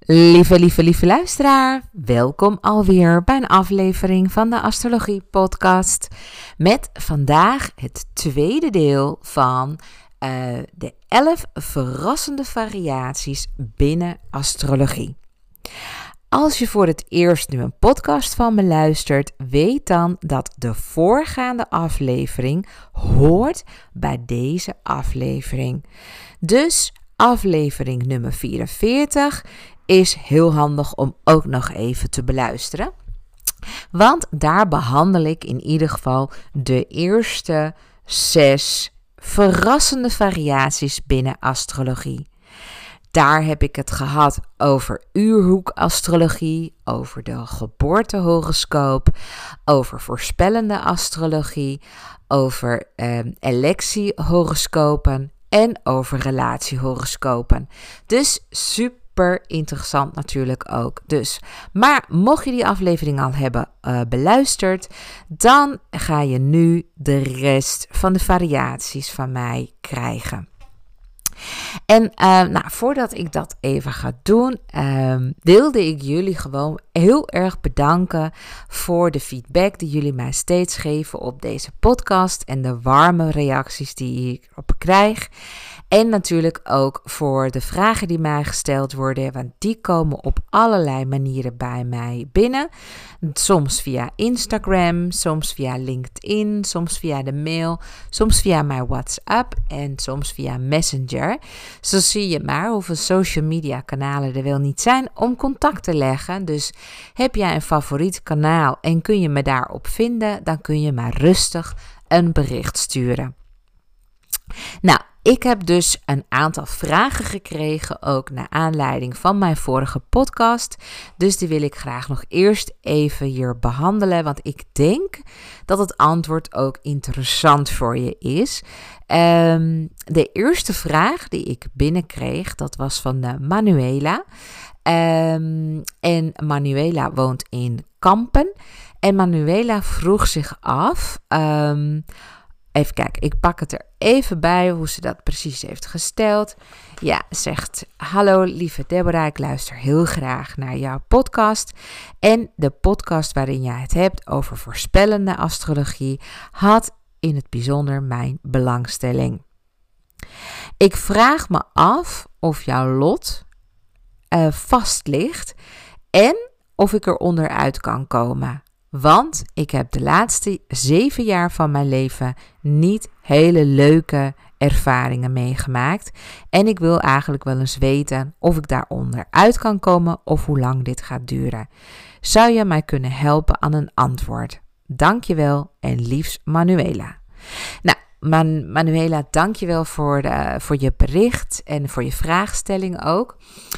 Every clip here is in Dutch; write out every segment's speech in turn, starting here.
Lieve luisteraar, welkom alweer bij een aflevering van de Astrologie Podcast. Met vandaag het tweede deel van de 11 verrassende variaties binnen astrologie. Als je voor het eerst nu een podcast van me luistert, weet dan dat de voorgaande aflevering hoort bij deze aflevering. Dus aflevering nummer 44 is heel handig om ook nog even te beluisteren. Want daar behandel ik in ieder geval de eerste 6 verrassende variaties binnen astrologie. Daar heb ik het gehad over uurhoekastrologie, over de geboortehoroscoop, over voorspellende astrologie, over electiehoroscopen en over relatiehoroscopen. Dus super interessant natuurlijk ook. Maar mocht je die aflevering al hebben beluisterd, dan ga je nu de rest van de variaties van mij krijgen. En voordat ik dat even ga doen, wilde ik jullie gewoon heel erg bedanken voor de feedback die jullie mij steeds geven op deze podcast en de warme reacties die ik op krijg. En natuurlijk ook voor de vragen die mij gesteld worden, want die komen op allerlei manieren bij mij binnen. Soms via Instagram, soms via LinkedIn, soms via de mail, soms via mijn WhatsApp en soms via Messenger. Zo zie je maar hoeveel social media kanalen er wel niet zijn om contact te leggen. Dus heb jij een favoriet kanaal en kun je me daarop vinden, dan kun je maar rustig een bericht sturen. Nou, ik heb dus een aantal vragen gekregen, ook naar aanleiding van mijn vorige podcast. Dus die wil ik graag nog eerst even hier behandelen, want ik denk dat het antwoord ook interessant voor je is. De eerste vraag die ik binnenkreeg, dat was van Manuela. En Manuela woont in Kampen. En Manuela vroeg zich af... Even kijken, ik pak het er even bij hoe ze dat precies heeft gesteld. Ja, zegt: hallo lieve Deborah, ik luister heel graag naar jouw podcast. En de podcast waarin jij het hebt over voorspellende astrologie had in het bijzonder mijn belangstelling. Ik vraag me af of jouw lot vast ligt en of ik er onderuit kan komen. Want ik heb de laatste 7 jaar van mijn leven niet hele leuke ervaringen meegemaakt. En ik wil eigenlijk wel eens weten of ik daaronder uit kan komen of hoe lang dit gaat duren. Zou je mij kunnen helpen aan een antwoord? Dankjewel en liefst Manuela. Nou, Manuela, dankjewel voor je bericht en voor je vraagstelling ook.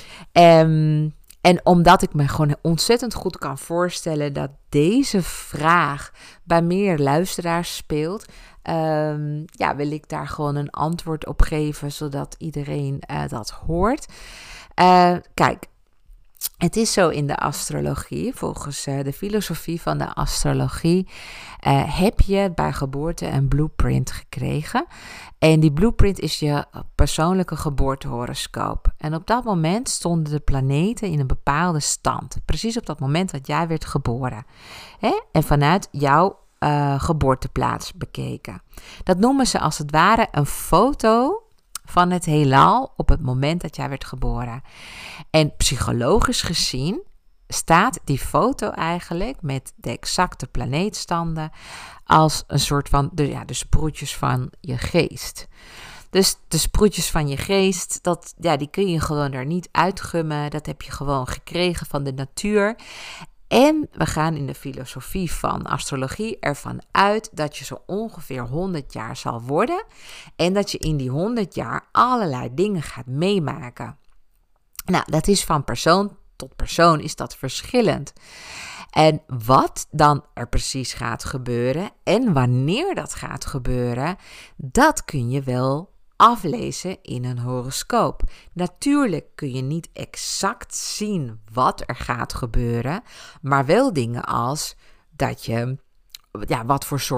En omdat ik me gewoon ontzettend goed kan voorstellen dat deze vraag bij meer luisteraars speelt, wil ik daar gewoon een antwoord op geven, zodat iedereen dat hoort. Kijk, het is zo in de astrologie, volgens de filosofie van de astrologie, heb je bij geboorte een blueprint gekregen. En die blueprint is je persoonlijke geboortehoroscoop. En op dat moment stonden de planeten in een bepaalde stand. Precies op dat moment dat jij werd geboren. En vanuit jouw geboorteplaats bekeken. Dat noemen ze als het ware een foto van het heelal op het moment dat jij werd geboren. En psychologisch gezien staat die foto eigenlijk met de exacte planeetstanden als een soort van de sproetjes van je geest. Dus de sproetjes van je geest, die kun je gewoon er niet uitgummen. Dat heb je gewoon gekregen van de natuur. En we gaan in de filosofie van astrologie ervan uit dat je zo ongeveer 100 jaar zal worden. En dat je in die 100 jaar allerlei dingen gaat meemaken. Nou, dat is van persoon tot persoon is dat verschillend. En wat dan er precies gaat gebeuren en wanneer dat gaat gebeuren, dat kun je wel aflezen in een horoscoop. Natuurlijk kun je niet exact zien wat er gaat gebeuren, maar wel dingen als dat je, wat voor soort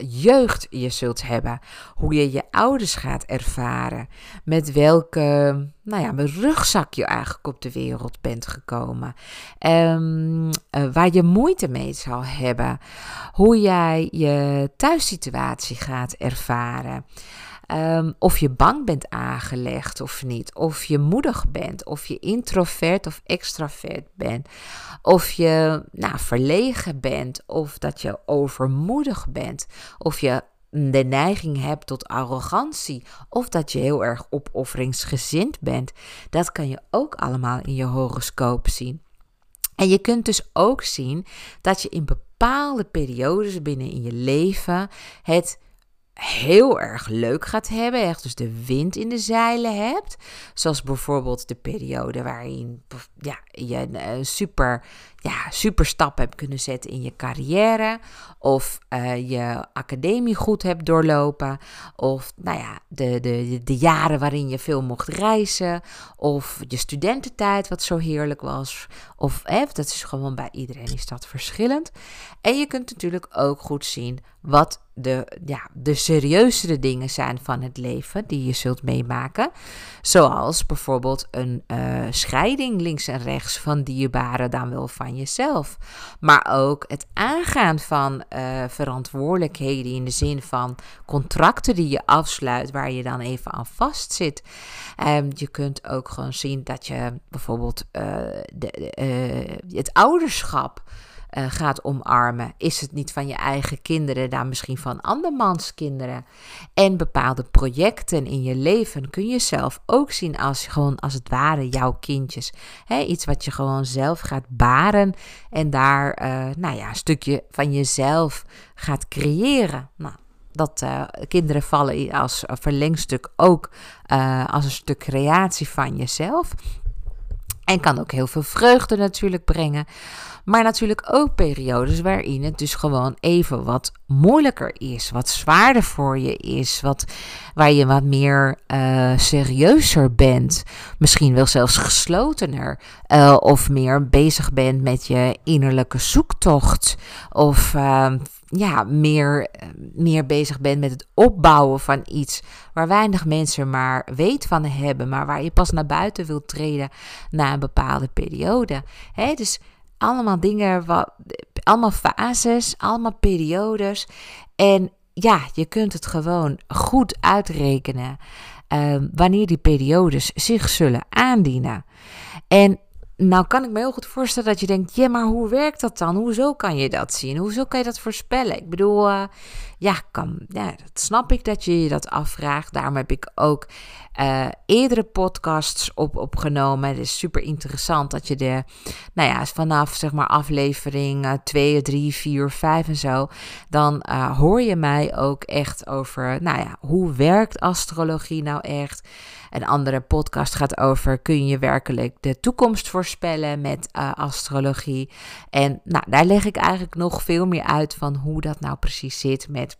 jeugd je zult hebben. Hoe je je ouders gaat ervaren. Met welke rugzak je eigenlijk op de wereld bent gekomen. Waar je moeite mee zal hebben. Hoe jij je thuissituatie gaat ervaren. Of je bang bent aangelegd of niet. Of je moedig bent. Of je introvert of extravert bent. Of je verlegen bent. Of dat je overmoedig bent. Of je de neiging hebt tot arrogantie. Of dat je heel erg opofferingsgezind bent. Dat kan je ook allemaal in je horoscoop zien. En je kunt dus ook zien dat je in bepaalde periodes binnen in je leven het heel erg leuk gaat hebben, echt dus de wind in de zeilen hebt. Zoals bijvoorbeeld de periode waarin je een super stap hebt kunnen zetten in je carrière. Of je academie goed hebt doorlopen. Of de jaren waarin je veel mocht reizen. Of je studententijd wat zo heerlijk was. Of dat is gewoon bij iedereen is dat verschillend. En je kunt natuurlijk ook goed zien wat de serieuzere dingen zijn van het leven die je zult meemaken. Zoals bijvoorbeeld een scheiding links en rechts van dierbaren dan wel van jezelf. Maar ook het aangaan van verantwoordelijkheden in de zin van contracten die je afsluit waar je dan even aan vastzit. Je kunt ook gewoon zien dat je bijvoorbeeld het ouderschap gaat omarmen. Is het niet van je eigen kinderen, dan misschien van andermans kinderen. En bepaalde projecten in je leven kun je zelf ook zien als gewoon als het ware jouw kindjes. Iets wat je gewoon zelf gaat baren en daar een stukje van jezelf gaat creëren. Kinderen vallen als verlengstuk ook als een stuk creatie van jezelf. En kan ook heel veel vreugde natuurlijk brengen. Maar natuurlijk ook periodes waarin het dus gewoon even wat moeilijker is. Wat zwaarder voor je is. Waar je wat meer serieuzer bent. Misschien wel zelfs geslotener. Of meer bezig bent met je innerlijke zoektocht. Of meer bezig bent met het opbouwen van iets waar weinig mensen maar weet van hebben, maar waar je pas naar buiten wilt treden na een bepaalde periode. Dus allemaal dingen, allemaal fases, allemaal periodes. En je kunt het gewoon goed uitrekenen wanneer die periodes zich zullen aandienen. En nou kan ik me heel goed voorstellen dat je denkt, ja, maar hoe werkt dat dan? Hoezo kan je dat zien? Hoezo kan je dat voorspellen? Ik bedoel, dat snap ik dat je je dat afvraagt. Daarom heb ik ook eerdere podcasts opgenomen. Het is super interessant dat je vanaf zeg maar aflevering 2, 3, 4, 5 en zo, dan hoor je mij ook echt over, hoe werkt astrologie nou echt? Een andere podcast gaat over, kun je werkelijk de toekomst voorspellen met astrologie? En daar leg ik eigenlijk nog veel meer uit van hoe dat nou precies zit met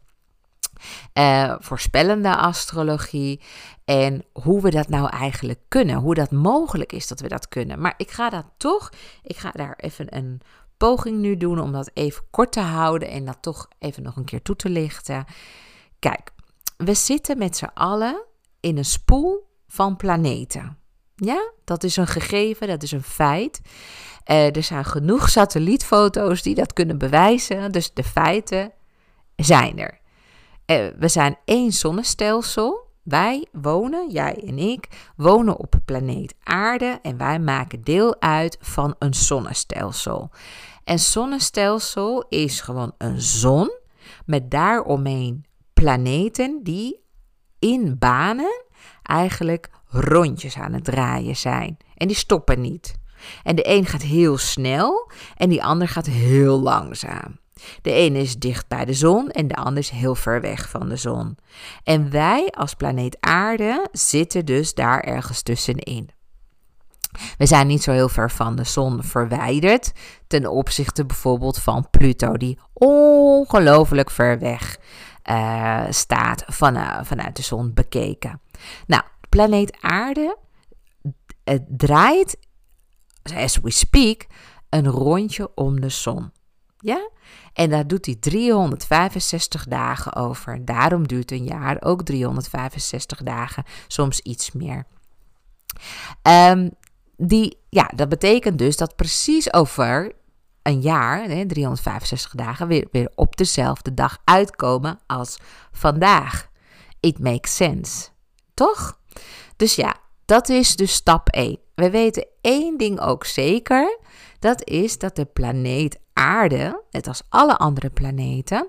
voorspellende astrologie. En hoe we dat nou eigenlijk kunnen. Hoe dat mogelijk is dat we dat kunnen. Maar ik ga daar even een poging nu doen om dat even kort te houden en dat toch even nog een keer toe te lichten. Kijk, we zitten met z'n allen in een spoel van planeten. Ja, dat is een gegeven, dat is een feit. Er zijn genoeg satellietfoto's die dat kunnen bewijzen. Dus de feiten zijn er. We zijn één zonnestelsel. Wij wonen, jij en ik, wonen op planeet Aarde en wij maken deel uit van een zonnestelsel. En zonnestelsel is gewoon een zon met daaromheen planeten die in banen eigenlijk rondjes aan het draaien zijn. En die stoppen niet. En de een gaat heel snel en die ander gaat heel langzaam. De ene is dicht bij de zon en de ander is heel ver weg van de zon. En wij als planeet Aarde zitten dus daar ergens tussenin. We zijn niet zo heel ver van de zon verwijderd ten opzichte bijvoorbeeld van Pluto, die ongelooflijk ver weg staat vanuit de zon bekeken. Nou, planeet Aarde draait, as we speak, een rondje om de zon. Ja? En daar doet hij 365 dagen over. Daarom duurt een jaar ook 365 dagen, soms iets meer. Dat betekent dus dat precies over een jaar, 365 dagen, weer op dezelfde dag uitkomen als vandaag. It makes sense, toch? Dus ja, dat is dus stap 1. We weten één ding ook zeker. Dat is dat de planeet Aarde, net als alle andere planeten,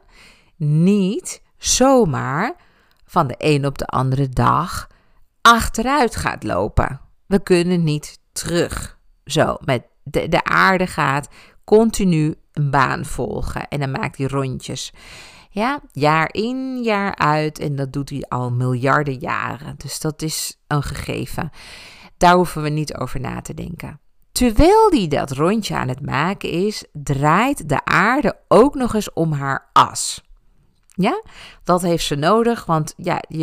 niet zomaar van de een op de andere dag achteruit gaat lopen. We kunnen niet terug. Zo, met de aarde gaat continu een baan volgen en dan maakt hij rondjes. Ja, jaar in, jaar uit en dat doet hij al miljarden jaren. Dus dat is een gegeven. Daar hoeven we niet over na te denken. Terwijl hij dat rondje aan het maken is, draait de aarde ook nog eens om haar as. Ja, dat heeft ze nodig, want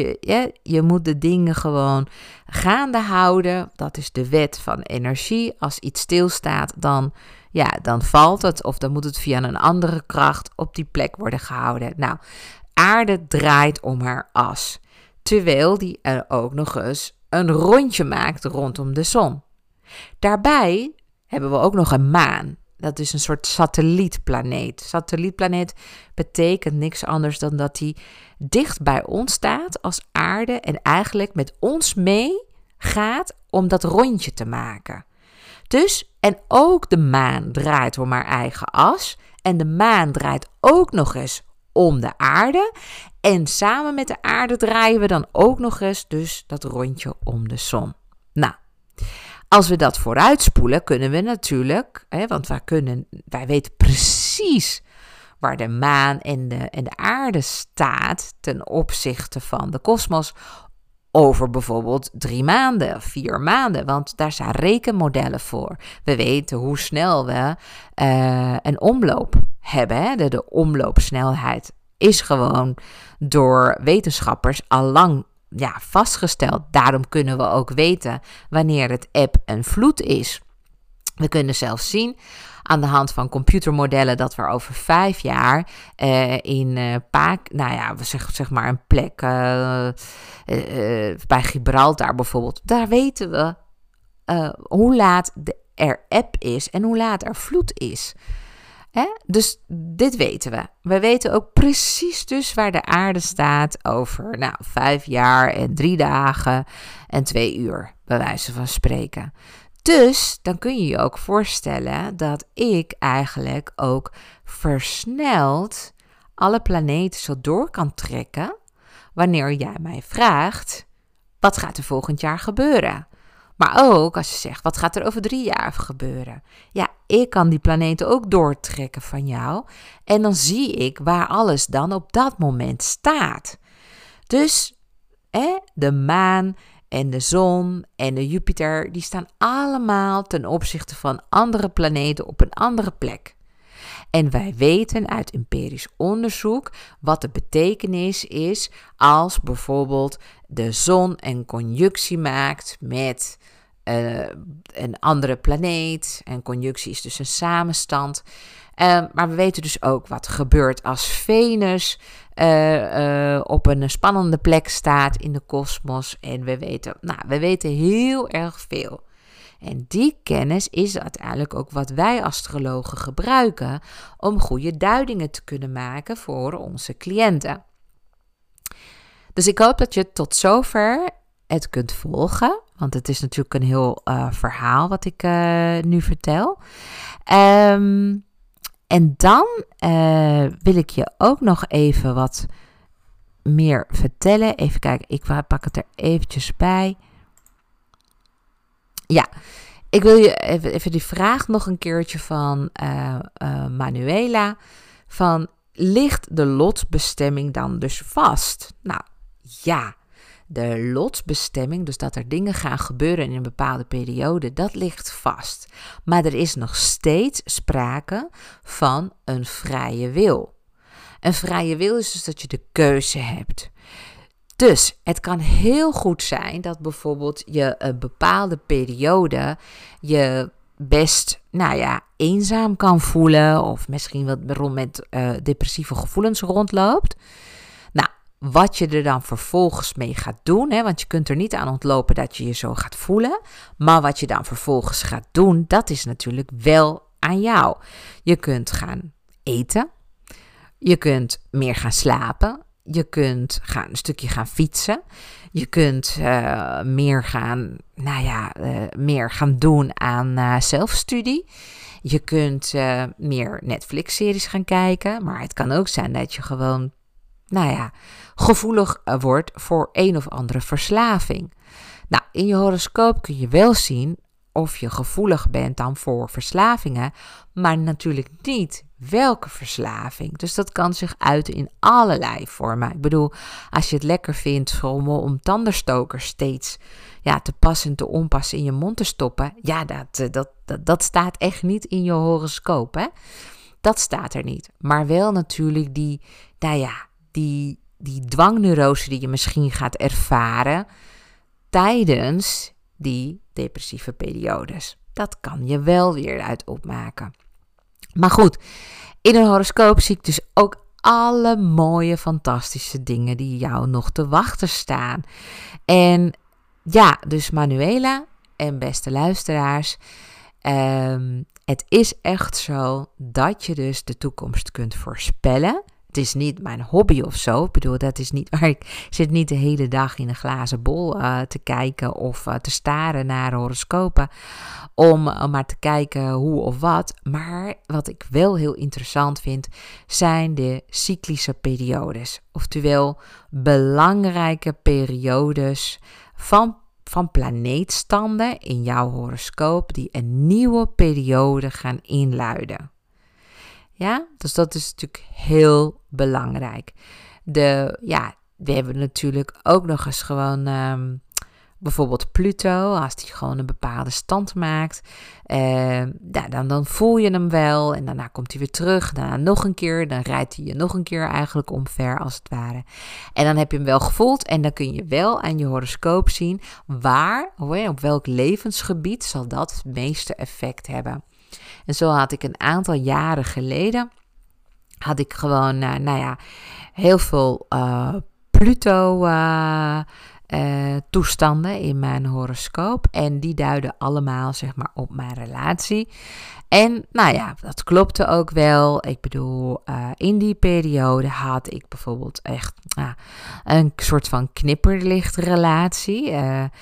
je moet de dingen gewoon gaande houden. Dat is de wet van energie. Als iets stilstaat, dan valt het of dan moet het via een andere kracht op die plek worden gehouden. Nou, aarde draait om haar as, terwijl die er ook nog eens een rondje maakt rondom de zon. Daarbij hebben we ook nog een maan. Dat is een soort satellietplaneet. Satellietplaneet betekent niks anders dan dat hij dicht bij ons staat als aarde en eigenlijk met ons mee gaat om dat rondje te maken. Dus, en ook de maan draait om haar eigen as en de maan draait ook nog eens om de aarde. En samen met de aarde draaien we dan ook nog eens dus dat rondje om de zon. Nou, als we dat vooruitspoelen, kunnen we natuurlijk, want wij weten precies waar de maan en de aarde staat ten opzichte van de kosmos over bijvoorbeeld 3 maanden of 4 maanden, want daar zijn rekenmodellen voor. We weten hoe snel we een omloop hebben. De omloopsnelheid is gewoon door wetenschappers al lang vastgesteld. Daarom kunnen we ook weten wanneer het eb en vloed is. We kunnen zelfs zien aan de hand van computermodellen dat we over 5 jaar zeg maar een plek bij Gibraltar bijvoorbeeld, daar weten we hoe laat er eb is en hoe laat er vloed is. Dus dit weten we. We weten ook precies dus waar de aarde staat over 5 jaar en 3 dagen en 2 uur, bij wijze van spreken. Dus dan kun je je ook voorstellen dat ik eigenlijk ook versneld alle planeten zo door kan trekken wanneer jij mij vraagt, wat gaat er volgend jaar gebeuren? Maar ook als je zegt, wat gaat er over 3 jaar gebeuren? Ja, ik kan die planeten ook doortrekken van jou. En dan zie ik waar alles dan op dat moment staat. Dus de maan en de zon en de Jupiter, die staan allemaal ten opzichte van andere planeten op een andere plek. En wij weten uit empirisch onderzoek wat de betekenis is als bijvoorbeeld de zon een conjunctie maakt met een andere planeet. En conjunctie is dus een samenstand. Maar we weten dus ook wat gebeurt als Venus op een spannende plek staat in de kosmos. En we weten heel erg veel. En die kennis is uiteindelijk ook wat wij astrologen gebruiken om goede duidingen te kunnen maken voor onze cliënten. Dus ik hoop dat je tot zover het kunt volgen, want het is natuurlijk een heel verhaal wat ik nu vertel. En dan wil ik je ook nog even wat meer vertellen. Even kijken, ik pak het er eventjes bij. Ja, ik wil je even die vraag nog een keertje van Manuela. Van, ligt de lotsbestemming dan dus vast? Nou, ja. De lotsbestemming, dus dat er dingen gaan gebeuren in een bepaalde periode, dat ligt vast. Maar er is nog steeds sprake van een vrije wil. Een vrije wil is dus dat je de keuze hebt. Dus het kan heel goed zijn dat bijvoorbeeld je een bepaalde periode je best, eenzaam kan voelen of misschien wat met depressieve gevoelens rondloopt. Nou, wat je er dan vervolgens mee gaat doen, want je kunt er niet aan ontlopen dat je je zo gaat voelen, maar wat je dan vervolgens gaat doen, dat is natuurlijk wel aan jou. Je kunt gaan eten, je kunt meer gaan slapen, je kunt een stukje gaan fietsen. Je kunt meer gaan doen aan zelfstudie. Je kunt meer Netflix-series gaan kijken. Maar het kan ook zijn dat je gewoon, gevoelig wordt voor een of andere verslaving. Nou, in je horoscoop kun je wel zien of je gevoelig bent dan voor verslavingen, maar natuurlijk niet welke verslaving. Dus dat kan zich uiten in allerlei vormen. Ik bedoel, als je het lekker vindt om tandenstokers steeds te pas en te onpas in je mond te stoppen, dat staat echt niet in je horoscoop, hè? Dat staat er niet. Maar wel natuurlijk die dwangneurose die je misschien gaat ervaren tijdens die depressieve periodes. Dat kan je wel weer uit opmaken. Maar goed, in een horoscoop zie ik dus ook alle mooie, fantastische dingen die jou nog te wachten staan. En dus Manuela en beste luisteraars, het is echt zo dat je dus de toekomst kunt voorspellen. Het is niet mijn hobby of zo. Ik bedoel, dat is niet waar ik zit niet de hele dag in een glazen bol te kijken of te staren naar horoscopen. Om maar te kijken hoe of wat. Maar wat ik wel heel interessant vind, zijn de cyclische periodes. Oftewel belangrijke periodes van planeetstanden in jouw horoscoop die een nieuwe periode gaan inluiden. Ja, dus dat is natuurlijk heel belangrijk. We hebben natuurlijk ook nog eens gewoon bijvoorbeeld Pluto, als die gewoon een bepaalde stand maakt. Dan voel je hem wel en daarna komt hij weer terug. Daarna nog een keer, dan rijdt hij je nog een keer eigenlijk omver als het ware. En dan heb je hem wel gevoeld en dan kun je wel aan je horoscoop zien op welk levensgebied zal dat het meeste effect hebben. En zo had ik een aantal jaren geleden, gewoon, heel veel Pluto toestanden in mijn horoscoop. En die duiden allemaal, op mijn relatie. En, dat klopte ook wel. Ik bedoel, in die periode had ik bijvoorbeeld echt een soort van knipperlichtrelatie.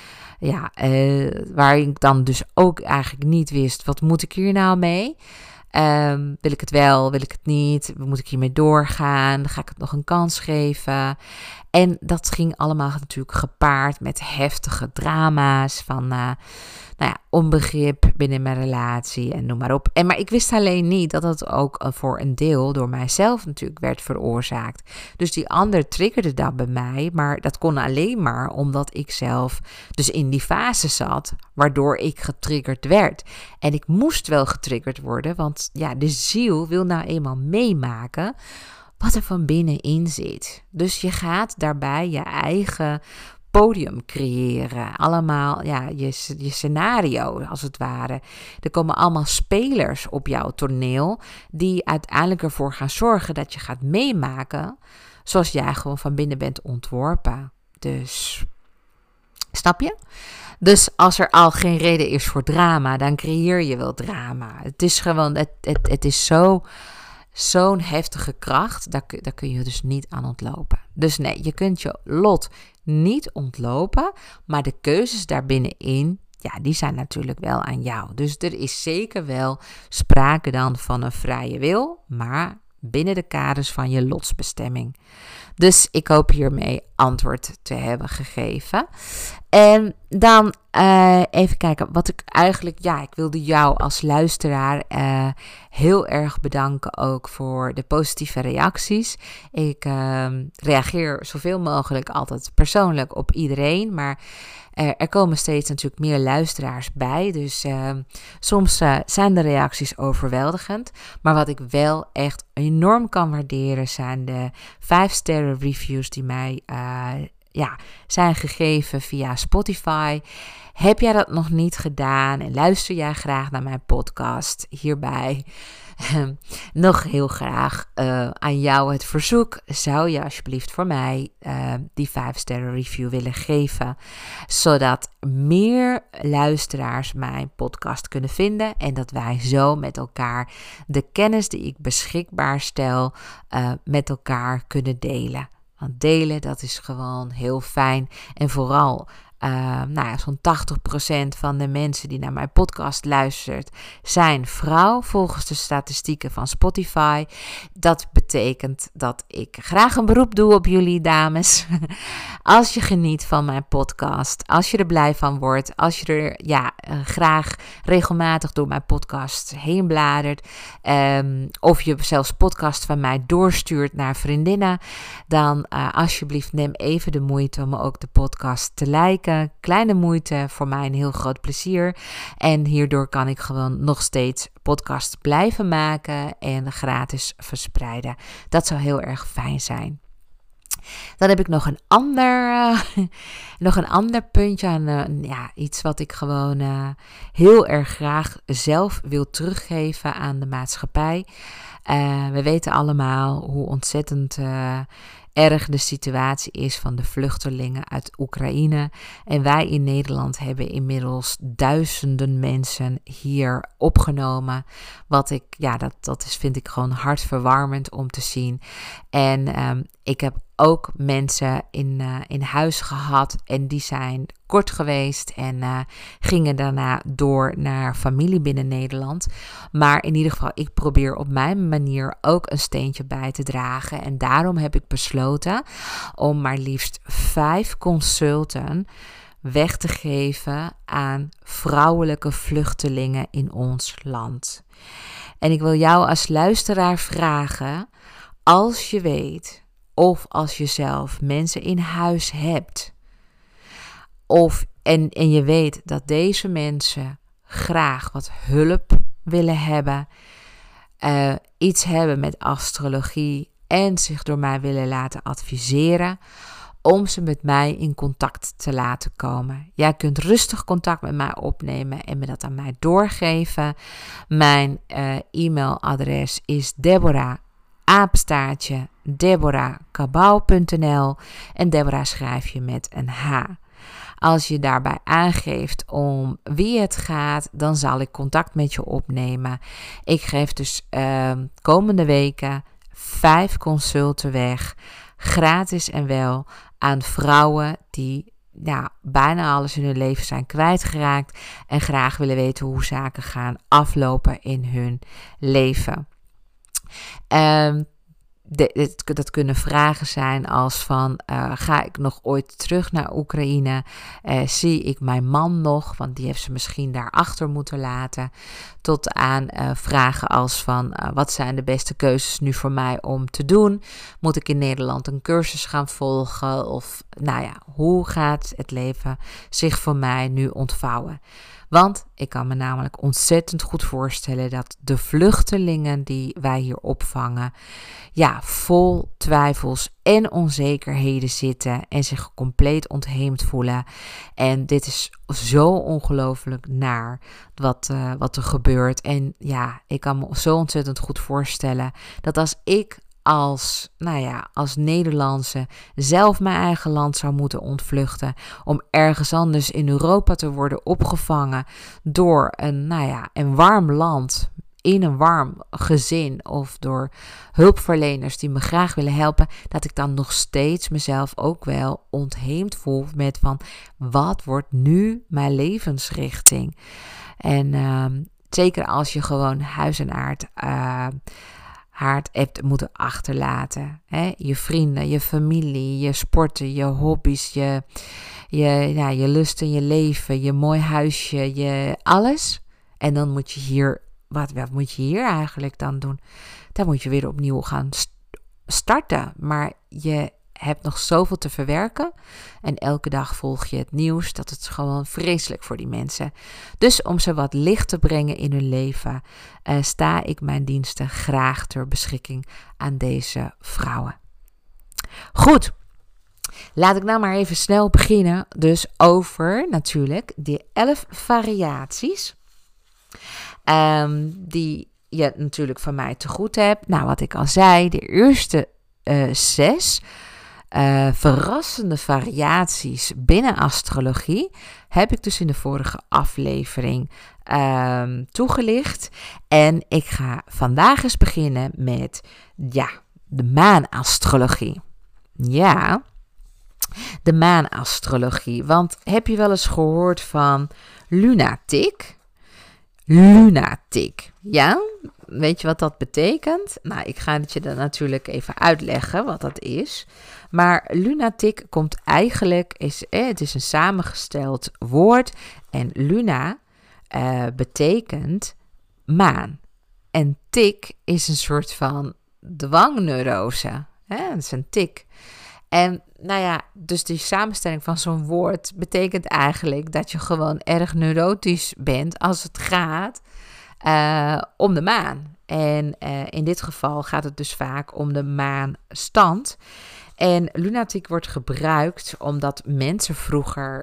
Waar ik dan dus ook eigenlijk niet wist, wat moet ik hier nou mee? Wil ik het wel, wil ik het niet? Moet ik hiermee doorgaan? Ga ik het nog een kans geven? En dat ging allemaal natuurlijk gepaard met heftige drama's van onbegrip binnen mijn relatie en noem maar op. Maar ik wist alleen niet dat dat ook voor een deel door mijzelf natuurlijk werd veroorzaakt. Dus die ander triggerde dat bij mij, maar dat kon alleen maar omdat ik zelf dus in die fase zat, waardoor ik getriggerd werd. En ik moest wel getriggerd worden, want de ziel wil nou eenmaal meemaken wat er van binnenin zit. Dus je gaat daarbij je eigen podium creëren. Allemaal, je scenario als het ware. Er komen allemaal spelers op jouw toneel die uiteindelijk ervoor gaan zorgen dat je gaat meemaken zoals jij gewoon van binnen bent ontworpen. Dus, snap je? Dus als er al geen reden is voor drama, dan creëer je wel drama. Het is gewoon, het is zo'n heftige kracht, daar kun je dus niet aan ontlopen. Dus nee, je kunt je lot niet ontlopen, maar de keuzes daarbinnenin, die zijn natuurlijk wel aan jou. Dus er is zeker wel sprake dan van een vrije wil, maar binnen de kaders van je lotsbestemming. Dus ik hoop hiermee antwoord te hebben gegeven. En dan even kijken wat ik eigenlijk... ik wilde jou als luisteraar heel erg bedanken ook voor de positieve reacties. Ik reageer zoveel mogelijk altijd persoonlijk op iedereen, maar er komen steeds natuurlijk meer luisteraars bij. Dus soms zijn de reacties overweldigend. Maar wat ik wel echt enorm kan waarderen zijn de 5-sterren reviews die mij zijn gegeven via Spotify. Heb jij dat nog niet gedaan en luister jij graag naar mijn podcast hierbij? Nog heel graag aan jou het verzoek. Zou je alsjeblieft voor mij die 5-sterren review willen geven? Zodat meer luisteraars mijn podcast kunnen vinden. En dat wij zo met elkaar de kennis die ik beschikbaar stel met elkaar kunnen delen. Want delen, dat is gewoon heel fijn. En vooral zo'n 80% van de mensen die naar mijn podcast luistert zijn vrouw, volgens de statistieken van Spotify. Dat betekent dat ik graag een beroep doe op jullie, dames. Als je geniet van mijn podcast, als je er blij van wordt, als je er graag regelmatig door mijn podcast heen bladert, of je zelfs podcast van mij doorstuurt naar vriendinnen, dan alsjeblieft neem even de moeite om ook de podcast te liken. Kleine moeite, voor mij een heel groot plezier. En hierdoor kan ik gewoon nog steeds podcasts blijven maken en gratis verspreiden. Dat zou heel erg fijn zijn. Dan heb ik nog een ander puntje aan iets wat ik gewoon heel erg graag zelf wil teruggeven aan de maatschappij. We weten allemaal hoe ontzettend erg de situatie is van de vluchtelingen uit Oekraïne. En wij in Nederland hebben inmiddels duizenden mensen hier opgenomen. Vind ik gewoon hartverwarmend om te zien. En ik heb ook mensen in huis gehad en die zijn kort geweest en gingen daarna door naar familie binnen Nederland. Maar in ieder geval, ik probeer op mijn manier ook een steentje bij te dragen. En daarom heb ik besloten om maar liefst 5 consulten weg te geven aan vrouwelijke vluchtelingen in ons land. En ik wil jou als luisteraar vragen, als je weet of als je zelf mensen in huis hebt, en je weet dat deze mensen graag wat hulp willen hebben, iets hebben met astrologie en zich door mij willen laten adviseren, om ze met mij in contact te laten komen. Jij kunt rustig contact met mij opnemen en me dat aan mij doorgeven. Mijn e-mailadres is deborahkabau.nl en Deborah schrijf je met een H. Als je daarbij aangeeft om wie het gaat, dan zal ik contact met je opnemen. Ik geef dus komende weken 5 consulten weg, gratis en wel, aan vrouwen die bijna alles in hun leven zijn kwijtgeraakt en graag willen weten hoe zaken gaan aflopen in hun leven. Dat kunnen vragen zijn als van, ga ik nog ooit terug naar Oekraïne? Zie ik mijn man nog? Want die heeft ze misschien daarachter moeten laten. Tot aan vragen als van, wat zijn de beste keuzes nu voor mij om te doen? Moet ik in Nederland een cursus gaan volgen? Of hoe gaat het leven zich voor mij nu ontvouwen? Want ik kan me namelijk ontzettend goed voorstellen dat de vluchtelingen die wij hier opvangen, vol twijfels en onzekerheden zitten en zich compleet ontheemd voelen. En dit is zo ongelooflijk naar wat er gebeurt. En ik kan me zo ontzettend goed voorstellen dat als ik als Nederlandse zelf mijn eigen land zou moeten ontvluchten om ergens anders in Europa te worden opgevangen door een warm land, in een warm gezin of door hulpverleners die me graag willen helpen, dat ik dan nog steeds mezelf ook wel ontheemd voel met van, wat wordt nu mijn levensrichting? En zeker als je gewoon huis en haard hebt moeten achterlaten. Hè? Je vrienden, je familie, je sporten, je hobby's, je lusten, je leven, je mooi huisje, je alles. En dan moet je hier, wat moet je hier eigenlijk dan doen? Dan moet je weer opnieuw gaan starten. Maar je hebt nog zoveel te verwerken. En elke dag volg je het nieuws. Dat is gewoon vreselijk voor die mensen. Dus om ze wat licht te brengen in hun leven, sta ik mijn diensten graag ter beschikking aan deze vrouwen. Goed. Laat ik nou maar even snel beginnen. Dus over natuurlijk die 11 variaties. Die je natuurlijk van mij te goed hebt. Nou, wat ik al zei, de eerste 6 verrassende variaties binnen astrologie heb ik dus in de vorige aflevering toegelicht. En ik ga vandaag eens beginnen met de maanastrologie. Ja, de maanastrologie. Want heb je wel eens gehoord van lunatic? Lunatic, ja? Weet je wat dat betekent? Nou, ik ga het je dan natuurlijk even uitleggen wat dat is. Maar lunatic komt eigenlijk, het is een samengesteld woord. En luna betekent maan. En tik is een soort van dwangneurose. Dat is een tik. En nou ja, dus die samenstelling van zo'n woord betekent eigenlijk dat je gewoon erg neurotisch bent als het gaat om de maan. En in dit geval gaat het dus vaak om de maanstand. En lunatic wordt gebruikt omdat mensen vroeger,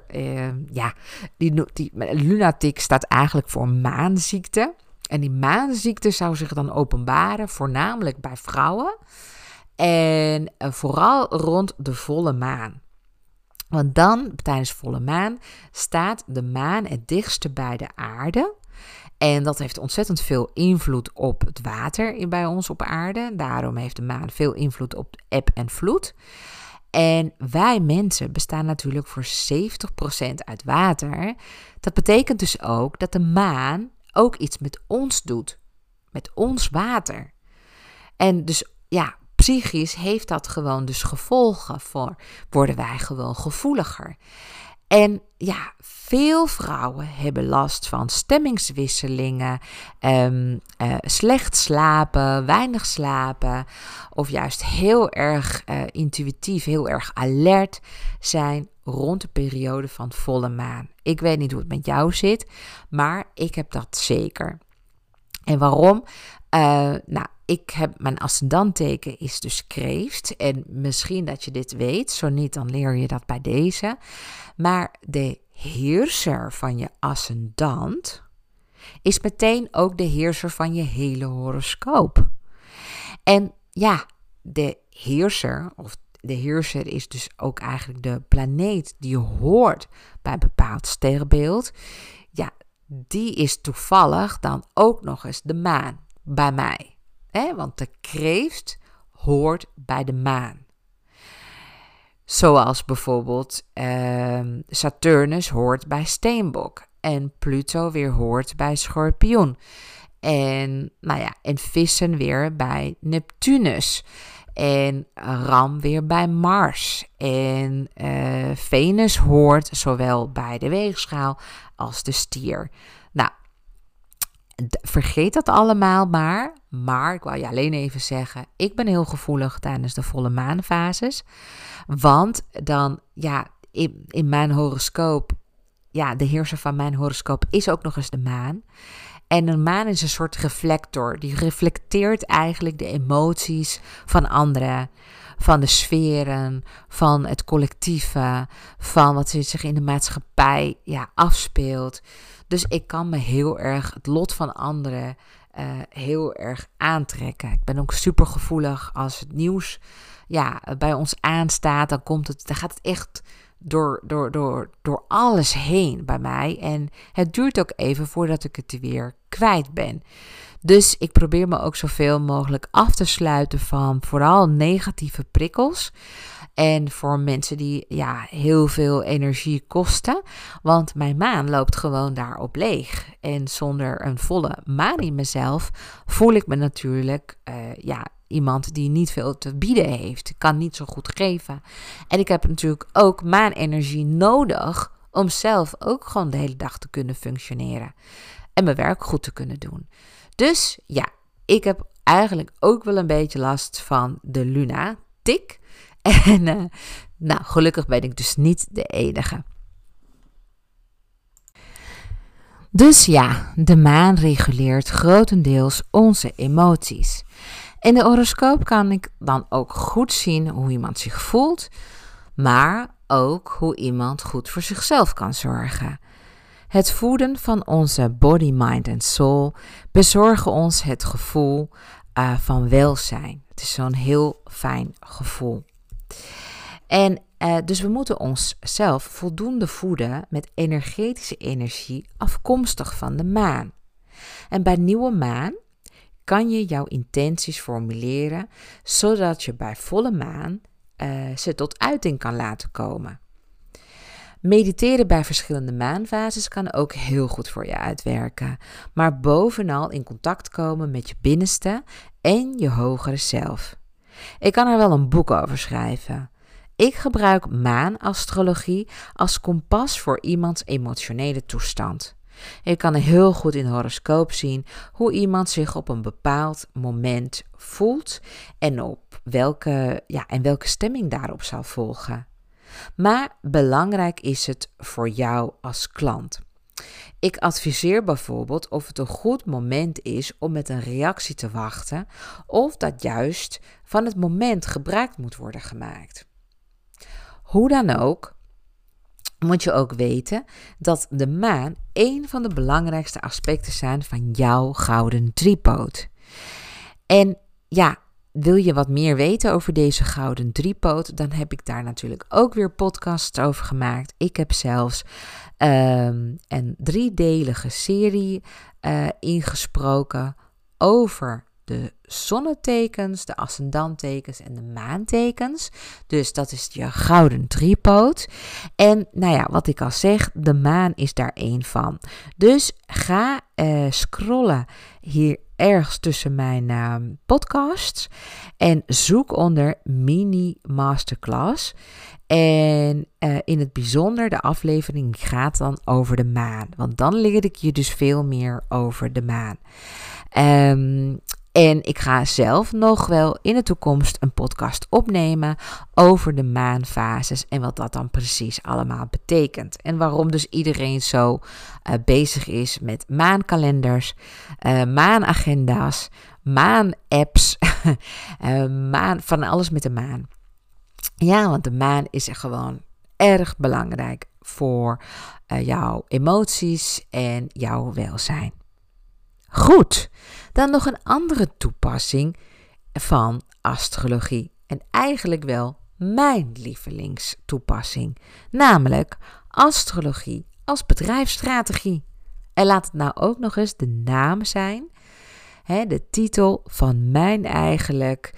lunatic staat eigenlijk voor maanziekte. En die maanziekte zou zich dan openbaren, voornamelijk bij vrouwen. En vooral rond de volle maan. Want dan, tijdens volle maan, staat de maan het dichtste bij de aarde. En dat heeft ontzettend veel invloed op het water bij ons op aarde. Daarom heeft de maan veel invloed op eb en vloed. En wij mensen bestaan natuurlijk voor 70% uit water. Dat betekent dus ook dat de maan ook iets met ons doet. Met ons water. En dus psychisch heeft dat gewoon dus gevolgen voor, worden wij gewoon gevoeliger. En veel vrouwen hebben last van stemmingswisselingen, slecht slapen, weinig slapen, of juist heel erg intuïtief, heel erg alert zijn rond de periode van volle maan. Ik weet niet hoe het met jou zit, maar ik heb dat zeker. En waarom? Ik heb mijn ascendanteken is dus kreeft. En misschien dat je dit weet. Zo niet, dan leer je dat bij deze. Maar de heerser van je ascendant is meteen ook de heerser van je hele horoscoop. En de heerser is dus ook eigenlijk de planeet die hoort bij een bepaald sterrenbeeld. Ja, die is toevallig dan ook nog eens de maan bij mij. Want de kreeft hoort bij de maan. Zoals bijvoorbeeld Saturnus hoort bij Steenbok. En Pluto weer hoort bij Schorpioen. En Vissen weer bij Neptunus. En Ram weer bij Mars. En Venus hoort zowel bij de weegschaal als de stier. Nou, vergeet dat allemaal maar ik wou je alleen even zeggen, ik ben heel gevoelig tijdens de volle maanfases. Want dan, in mijn horoscoop, de heerser van mijn horoscoop is ook nog eens de maan. En de maan is een soort reflector. Die reflecteert eigenlijk de emoties van anderen, van de sferen, van het collectieve, van wat zich in de maatschappij afspeelt. Dus ik kan me heel erg het lot van anderen heel erg aantrekken. Ik ben ook super gevoelig als het nieuws bij ons aanstaat. Dan gaat het echt door alles heen bij mij. En het duurt ook even voordat ik het weer kwijt ben. Dus ik probeer me ook zoveel mogelijk af te sluiten van vooral negatieve prikkels. En voor mensen die heel veel energie kosten. Want mijn maan loopt gewoon daarop leeg. En zonder een volle maan in mezelf voel ik me natuurlijk iemand die niet veel te bieden heeft. Ik kan niet zo goed geven. En ik heb natuurlijk ook maanenergie nodig om zelf ook gewoon de hele dag te kunnen functioneren. En mijn werk goed te kunnen doen. Dus ik heb eigenlijk ook wel een beetje last van de lunatic. En gelukkig ben ik dus niet de enige. Dus de maan reguleert grotendeels onze emoties. In de horoscoop kan ik dan ook goed zien hoe iemand zich voelt. maar ook hoe iemand goed voor zichzelf kan zorgen. Het voeden van onze body, mind en soul bezorgen ons het gevoel van welzijn. Het is zo'n heel fijn gevoel. En dus we moeten onszelf voldoende voeden met energetische energie afkomstig van de maan. En bij nieuwe maan kan je jouw intenties formuleren, zodat je bij volle maan ze tot uiting kan laten komen. Mediteren bij verschillende maanfases kan ook heel goed voor je uitwerken, maar bovenal in contact komen met je binnenste en je hogere zelf. Ik kan er wel een boek over schrijven. Ik gebruik maanastrologie als kompas voor iemands emotionele toestand. Ik kan heel goed in de horoscoop zien hoe iemand zich op een bepaald moment voelt en welke stemming daarop zal volgen. Maar belangrijk is het voor jou als klant. Ik adviseer bijvoorbeeld of het een goed moment is om met een reactie te wachten of dat juist van het moment gebruik moet worden gemaakt. Hoe dan ook, moet je ook weten dat de maan een van de belangrijkste aspecten zijn van jouw gouden driepoot. En ja, wil je wat meer weten over deze gouden driepoot, dan heb ik daar natuurlijk ook weer podcasts over gemaakt. Ik heb zelfs een 3-delige serie ingesproken over de zonnetekens, de ascendantekens en de maantekens. Dus dat is je gouden driepoot. En nou ja, wat ik al zeg, de maan is daar één van. Dus ga scrollen hier ergens tussen mijn podcasts en zoek onder mini masterclass. En in het bijzonder de aflevering gaat dan over de maan. Want dan leer ik je dus veel meer over de maan. En ik ga zelf nog wel in de toekomst een podcast opnemen over de maanfases en wat dat dan precies allemaal betekent. En waarom dus iedereen zo bezig is met maankalenders, maanagenda's, maanapps, van alles met de maan. Ja, want de maan is echt gewoon erg belangrijk voor jouw emoties en jouw welzijn. Goed, dan nog een andere toepassing van astrologie. En eigenlijk wel mijn lievelingstoepassing. Namelijk astrologie als bedrijfsstrategie. En laat het nou ook nog eens de naam zijn. De titel van mijn eigenlijk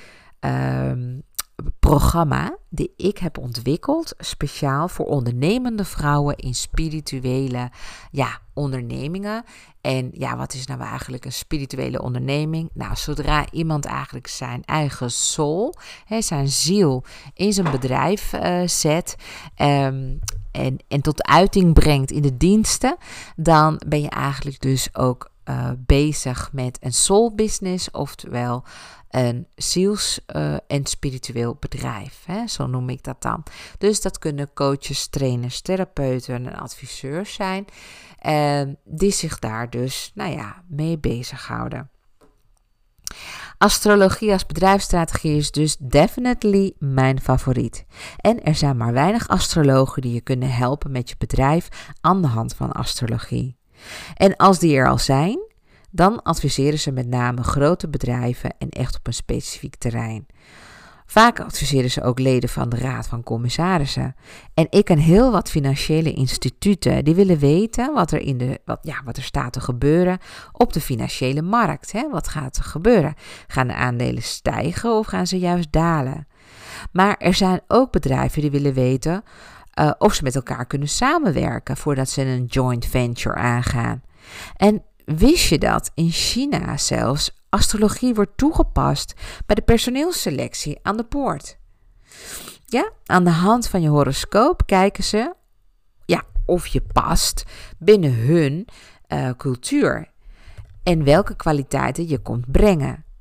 programma die ik heb ontwikkeld. Speciaal voor ondernemende vrouwen in spirituele ondernemingen. En ja, wat is nou eigenlijk een spirituele onderneming? Nou, zodra iemand eigenlijk zijn eigen soul, zijn ziel in zijn bedrijf zet en tot uiting brengt in de diensten, dan ben je eigenlijk dus ook bezig met een soul business, oftewel een ziels- en spiritueel bedrijf. Zo noem ik dat dan. Dus dat kunnen coaches, trainers, therapeuten en adviseurs zijn die zich daar dus mee bezighouden. Astrologie als bedrijfsstrategie is dus definitely mijn favoriet. En er zijn maar weinig astrologen die je kunnen helpen met je bedrijf aan de hand van astrologie. En als die er al zijn, dan adviseren ze met name grote bedrijven en echt op een specifiek terrein. Vaak adviseren ze ook leden van de Raad van Commissarissen. En ik ken heel wat financiële instituten die willen weten wat er staat te gebeuren op de financiële markt. Wat gaat er gebeuren? Gaan de aandelen stijgen of gaan ze juist dalen? Maar er zijn ook bedrijven die willen weten of ze met elkaar kunnen samenwerken voordat ze een joint venture aangaan. En wist je dat in China zelfs astrologie wordt toegepast bij de personeelsselectie aan de poort? Ja, aan de hand van je horoscoop kijken ze of je past binnen hun cultuur en welke kwaliteiten je komt brengen.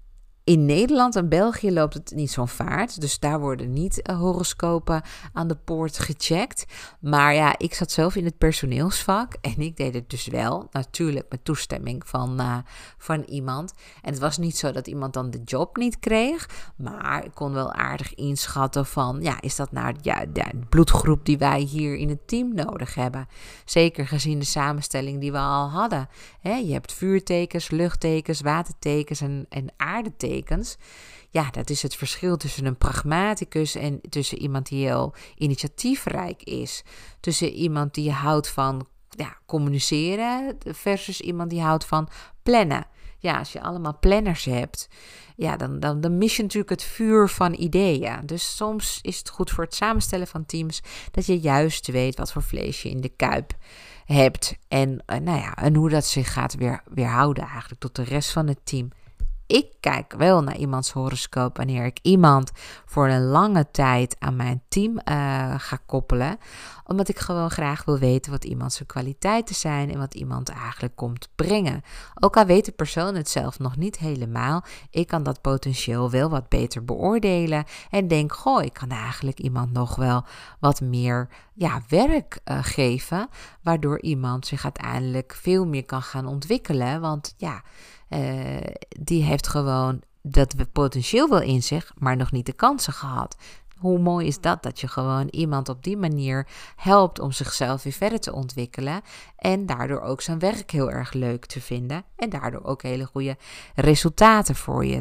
In Nederland en België loopt het niet zo'n vaart. Dus daar worden niet horoscopen aan de poort gecheckt. Maar ja, ik zat zelf in het personeelsvak. En ik deed het dus wel. Natuurlijk met toestemming van iemand. En het was niet zo dat iemand dan de job niet kreeg. Maar ik kon wel aardig inschatten van... ja, is dat nou de bloedgroep die wij hier in het team nodig hebben? Zeker gezien de samenstelling die we al hadden. Je hebt vuurtekens, luchttekens, watertekens en aardetekens. Ja, dat is het verschil tussen een pragmaticus en tussen iemand die heel initiatiefrijk is. Tussen iemand die houdt van communiceren versus iemand die houdt van plannen. Ja, als je allemaal planners hebt, ja, dan mis je natuurlijk het vuur van ideeën. Dus soms is het goed voor het samenstellen van teams dat je juist weet wat voor vlees je in de kuip hebt. En hoe dat zich gaat weerhouden eigenlijk tot de rest van het team. Ik kijk wel naar iemands horoscoop wanneer ik iemand voor een lange tijd aan mijn team ga koppelen. Omdat ik gewoon graag wil weten wat iemand zijn kwaliteiten zijn en wat iemand eigenlijk komt brengen. Ook al weet de persoon het zelf nog niet helemaal, ik kan dat potentieel wel wat beter beoordelen. En denk, ik kan eigenlijk iemand nog wel wat meer werk geven. Waardoor iemand zich uiteindelijk veel meer kan gaan ontwikkelen. Want die heeft gewoon dat potentieel wel in zich, maar nog niet de kansen gehad. Hoe mooi is dat je gewoon iemand op die manier helpt om zichzelf weer verder te ontwikkelen en daardoor ook zijn werk heel erg leuk te vinden en daardoor ook hele goede resultaten voor je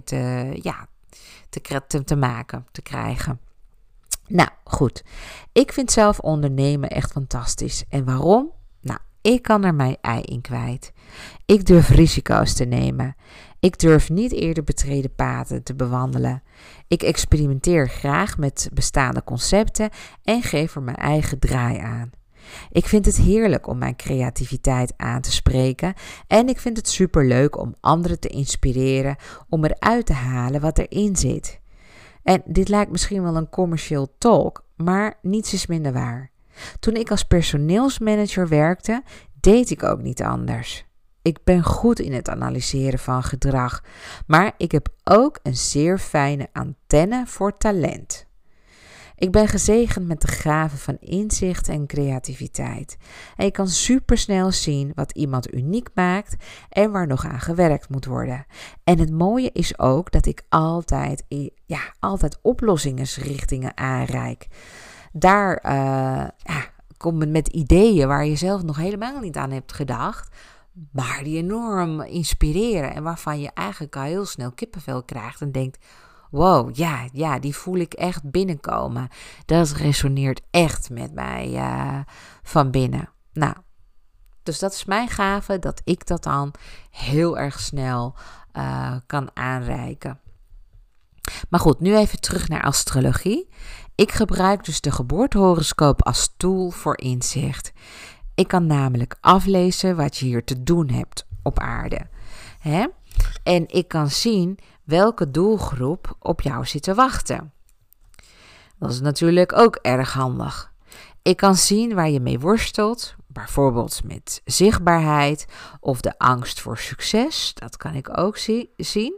te krijgen. Nou, goed. Ik vind zelf ondernemen echt fantastisch. En waarom? Nou, ik kan er mijn ei in kwijt. Ik durf risico's te nemen. Ik durf niet eerder betreden paden te bewandelen. Ik experimenteer graag met bestaande concepten en geef er mijn eigen draai aan. Ik vind het heerlijk om mijn creativiteit aan te spreken en ik vind het superleuk om anderen te inspireren om eruit te halen wat erin zit. En dit lijkt misschien wel een commercieel talk, maar niets is minder waar. Toen ik als personeelsmanager werkte, deed ik ook niet anders. Ik ben goed in het analyseren van gedrag, maar ik heb ook een zeer fijne antenne voor talent. Ik ben gezegend met de gave van inzicht en creativiteit. En ik kan supersnel zien wat iemand uniek maakt en waar nog aan gewerkt moet worden. En het mooie is ook dat ik altijd oplossingsrichtingen aanreik. Daar kom ik met ideeën waar je zelf nog helemaal niet aan hebt gedacht, maar die enorm inspireren en waarvan je eigenlijk al heel snel kippenvel krijgt en denkt, wow, die voel ik echt binnenkomen. Dat resoneert echt met mij van binnen. Nou, dus dat is mijn gave, dat ik dat dan heel erg snel kan aanreiken. Maar goed, nu even terug naar astrologie. Ik gebruik dus de geboortehoroscoop als tool voor inzicht. Ik kan namelijk aflezen wat je hier te doen hebt op aarde. En ik kan zien welke doelgroep op jou zit te wachten. Dat is natuurlijk ook erg handig. Ik kan zien waar je mee worstelt, bijvoorbeeld met zichtbaarheid of de angst voor succes. Dat kan ik ook zien.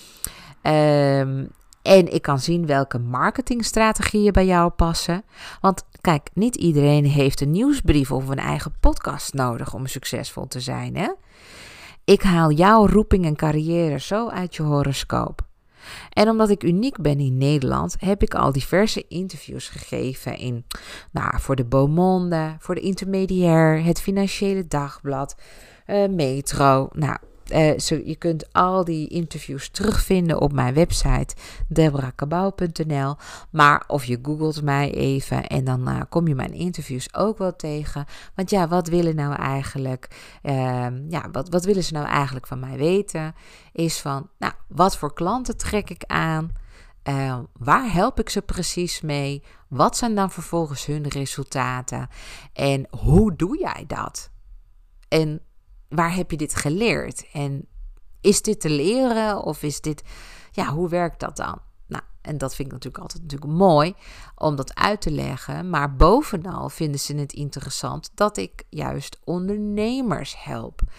En ik kan zien welke marketingstrategieën bij jou passen. Want kijk, niet iedereen heeft een nieuwsbrief of een eigen podcast nodig om succesvol te zijn, hè? Ik haal jouw roeping en carrière zo uit je horoscoop. En omdat ik uniek ben in Nederland, heb ik al diverse interviews gegeven voor de Beaumonde, voor de Intermediair, het Financiële Dagblad, Metro. Je kunt al die interviews terugvinden op mijn website deborahkabau.nl. Maar of je googelt mij even en dan kom je mijn interviews ook wel tegen. Want wat willen nou eigenlijk? Wat willen ze nou eigenlijk van mij weten? Is van, wat voor klanten trek ik aan? Waar help ik ze precies mee? Wat zijn dan vervolgens hun resultaten? En hoe doe jij dat? En waar heb je dit geleerd? En is dit te leren? Of is dit, hoe werkt dat dan? Nou, en dat vind ik natuurlijk mooi om dat uit te leggen. Maar bovenal vinden ze het interessant dat ik juist ondernemers help.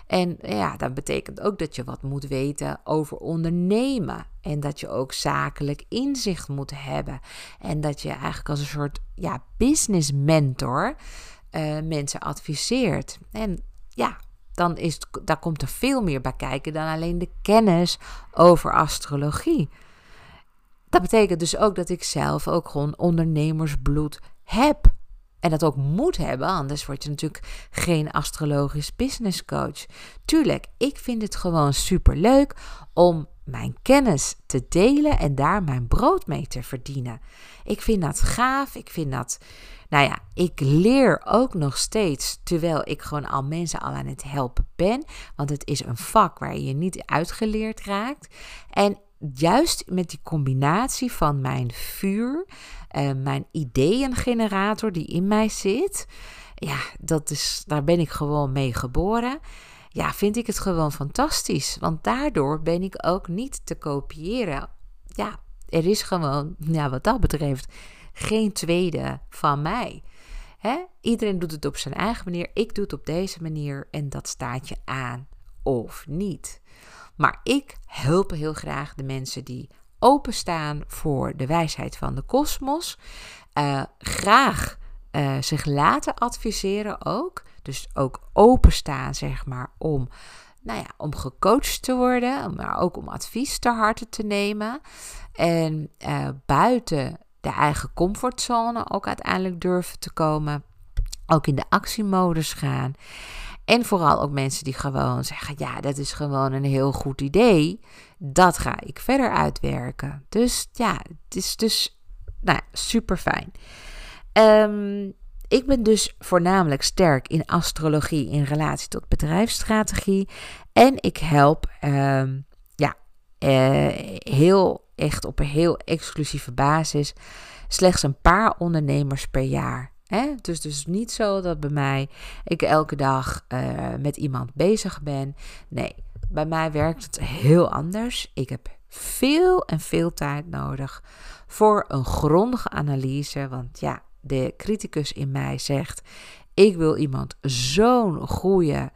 En ja, dat betekent ook dat je wat moet weten over ondernemen. En dat je ook zakelijk inzicht moet hebben. En dat je eigenlijk als een soort business mentor mensen adviseert. En ja, daar komt er veel meer bij kijken dan alleen de kennis over astrologie. Dat betekent dus ook dat ik zelf ook gewoon ondernemersbloed heb. En dat ook moet hebben, anders word je natuurlijk geen astrologisch business coach. Tuurlijk, ik vind het gewoon superleuk om mijn kennis te delen en daar mijn brood mee te verdienen. Ik vind dat gaaf, ik leer ook nog steeds, terwijl ik gewoon al mensen aan het helpen ben. Want het is een vak waar je niet uitgeleerd raakt. En juist met die combinatie van mijn vuur, mijn ideeëngenerator die in mij zit, daar ben ik gewoon mee geboren. Ja, vind ik het gewoon fantastisch. Want daardoor ben ik ook niet te kopiëren. Ja, er is gewoon, wat dat betreft, geen tweede van mij. Iedereen doet het op zijn eigen manier. Ik doe het op deze manier en dat staat je aan of niet. Maar ik help heel graag de mensen die openstaan voor de wijsheid van de kosmos. Graag zich laten adviseren ook. Dus ook openstaan, zeg maar, om gecoacht te worden. Maar ook om advies ter harte te nemen. En buiten de eigen comfortzone ook uiteindelijk durven te komen. Ook in de actiemodus gaan. En vooral ook mensen die gewoon zeggen, ja, dat is gewoon een heel goed idee. Dat ga ik verder uitwerken. Dus ja, het is dus super fijn. Ik ben dus voornamelijk sterk in astrologie in relatie tot bedrijfsstrategie. En ik help heel echt op een heel exclusieve basis slechts een paar ondernemers per jaar. Dus niet zo dat bij mij ik elke dag met iemand bezig ben. Nee, bij mij werkt het heel anders. Ik heb veel tijd nodig voor een grondige analyse. Want ja, de criticus in mij zegt, ik wil iemand zo'n goede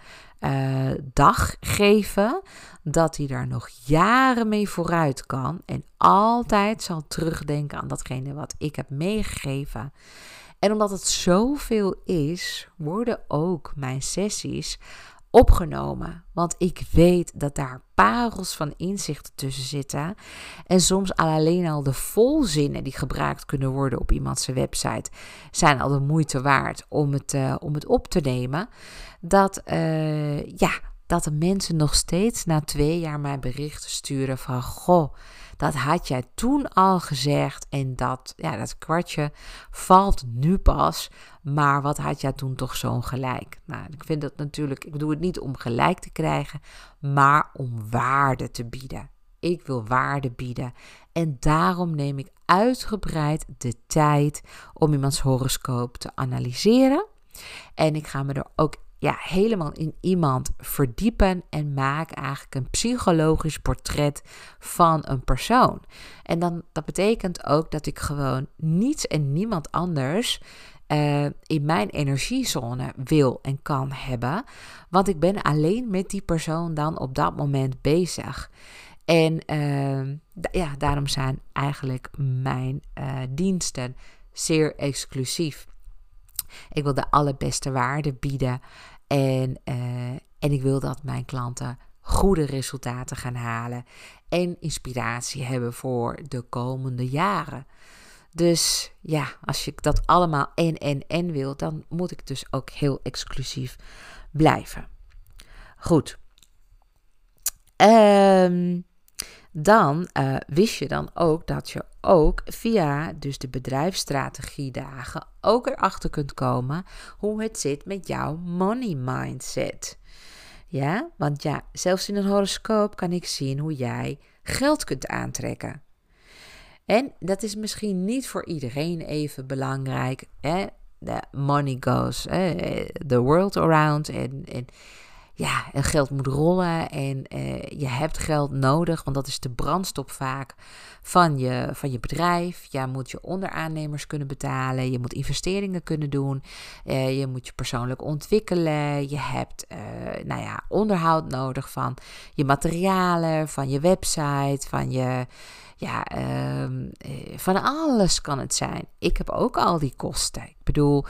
dag geven, dat hij daar nog jaren mee vooruit kan. En altijd zal terugdenken aan datgene wat ik heb meegegeven. En omdat het zoveel is, worden ook mijn sessies opgenomen. Want ik weet dat daar parels van inzichten tussen zitten. En soms alleen al de volzinnen die gebruikt kunnen worden op iemands website zijn al de moeite waard om het op te nemen. Dat de mensen nog steeds na 2 jaar mij berichten sturen van, goh, dat had jij toen al gezegd en dat kwartje valt nu pas. Maar wat had jij toen toch zo'n gelijk? Nou, ik vind dat natuurlijk, ik doe het niet om gelijk te krijgen, maar om waarde te bieden. Ik wil waarde bieden. En daarom neem ik uitgebreid de tijd om iemands horoscoop te analyseren. En ik ga me er ook helemaal in iemand verdiepen en maak eigenlijk een psychologisch portret van een persoon. En dat betekent ook dat ik gewoon niets en niemand anders in mijn energiezone wil en kan hebben. Want ik ben alleen met die persoon dan op dat moment bezig. En daarom zijn eigenlijk mijn diensten zeer exclusief. Ik wil de allerbeste waarde bieden. En ik wil dat mijn klanten goede resultaten gaan halen. En inspiratie hebben voor de komende jaren. Dus ja, als je dat allemaal en wil, dan moet ik dus ook heel exclusief blijven. Goed. Dan wist je dan ook dat je ook via dus de bedrijfsstrategiedagen ook erachter kunt komen hoe het zit met jouw money mindset. Ja, want ja, zelfs in een horoscoop kan ik zien hoe jij geld kunt aantrekken. En dat is misschien niet voor iedereen even belangrijk. The money goes the world around. En ja, geld moet rollen en je hebt geld nodig, want dat is de brandstof vaak van je bedrijf. Je moet je onderaannemers kunnen betalen, je moet investeringen kunnen doen, je moet je persoonlijk ontwikkelen. Je hebt onderhoud nodig van je materialen, van je website, van alles kan het zijn. Ik heb ook al die kosten. Ik bedoel,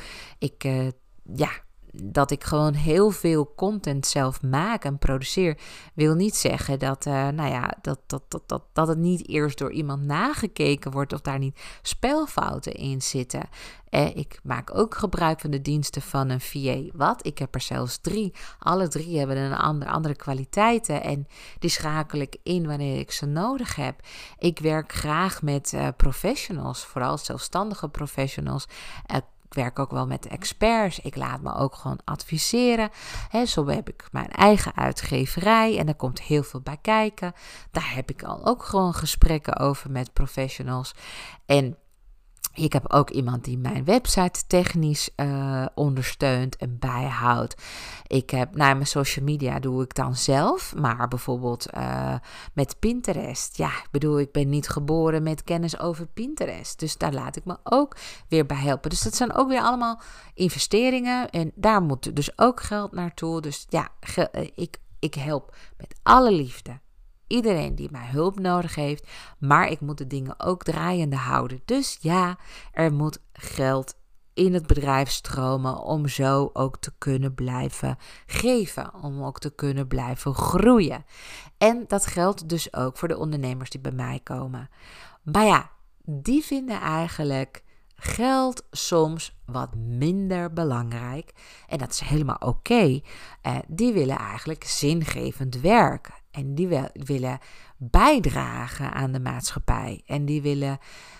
dat ik gewoon heel veel content zelf maak en produceer, wil niet zeggen dat het niet eerst door iemand nagekeken wordt of daar niet spelfouten in zitten. Ik maak ook gebruik van de diensten van een VA. Ik heb er zelfs 3. Alle 3 hebben een andere kwaliteiten en die schakel ik in wanneer ik ze nodig heb. Ik werk graag met professionals, vooral zelfstandige professionals. Ik werk ook wel met experts. Ik laat me ook gewoon adviseren. Zo heb ik mijn eigen uitgeverij en daar komt heel veel bij kijken. Daar heb ik al ook gewoon gesprekken over met professionals. En ik heb ook iemand die mijn website technisch ondersteunt en bijhoudt. Ik heb, mijn social media doe ik dan zelf. Maar bijvoorbeeld met Pinterest. Ja, ik bedoel, ik ben niet geboren met kennis over Pinterest. Dus daar laat ik me ook weer bij helpen. Dus dat zijn ook weer allemaal investeringen. En daar moet dus ook geld naartoe. Dus ja, ik help met alle liefde iedereen die mij hulp nodig heeft, maar ik moet de dingen ook draaiende houden. Dus ja, er moet geld in het bedrijf stromen om zo ook te kunnen blijven geven, om ook te kunnen blijven groeien. En dat geldt dus ook voor de ondernemers die bij mij komen. Maar ja, die vinden eigenlijk geld soms wat minder belangrijk. En dat is helemaal oké. Die willen eigenlijk zingevend werk. En die willen bijdragen aan de maatschappij. En die willen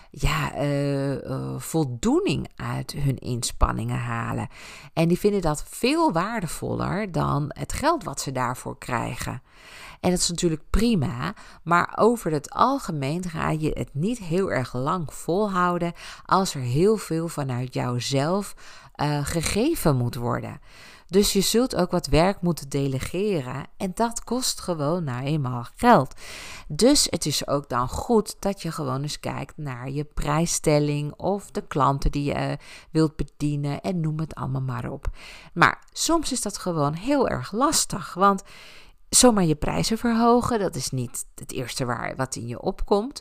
voldoening uit hun inspanningen halen. En die vinden dat veel waardevoller dan het geld wat ze daarvoor krijgen. En dat is natuurlijk prima, maar over het algemeen ga je het niet heel erg lang volhouden als er heel veel vanuit jouzelf gegeven moet worden. Dus je zult ook wat werk moeten delegeren en dat kost gewoon nou eenmaal geld. Dus het is ook dan goed dat je gewoon eens kijkt naar je prijsstelling of de klanten die je wilt bedienen en noem het allemaal maar op. Maar soms is dat gewoon heel erg lastig, want zomaar je prijzen verhogen, dat is niet het eerste wat in je opkomt.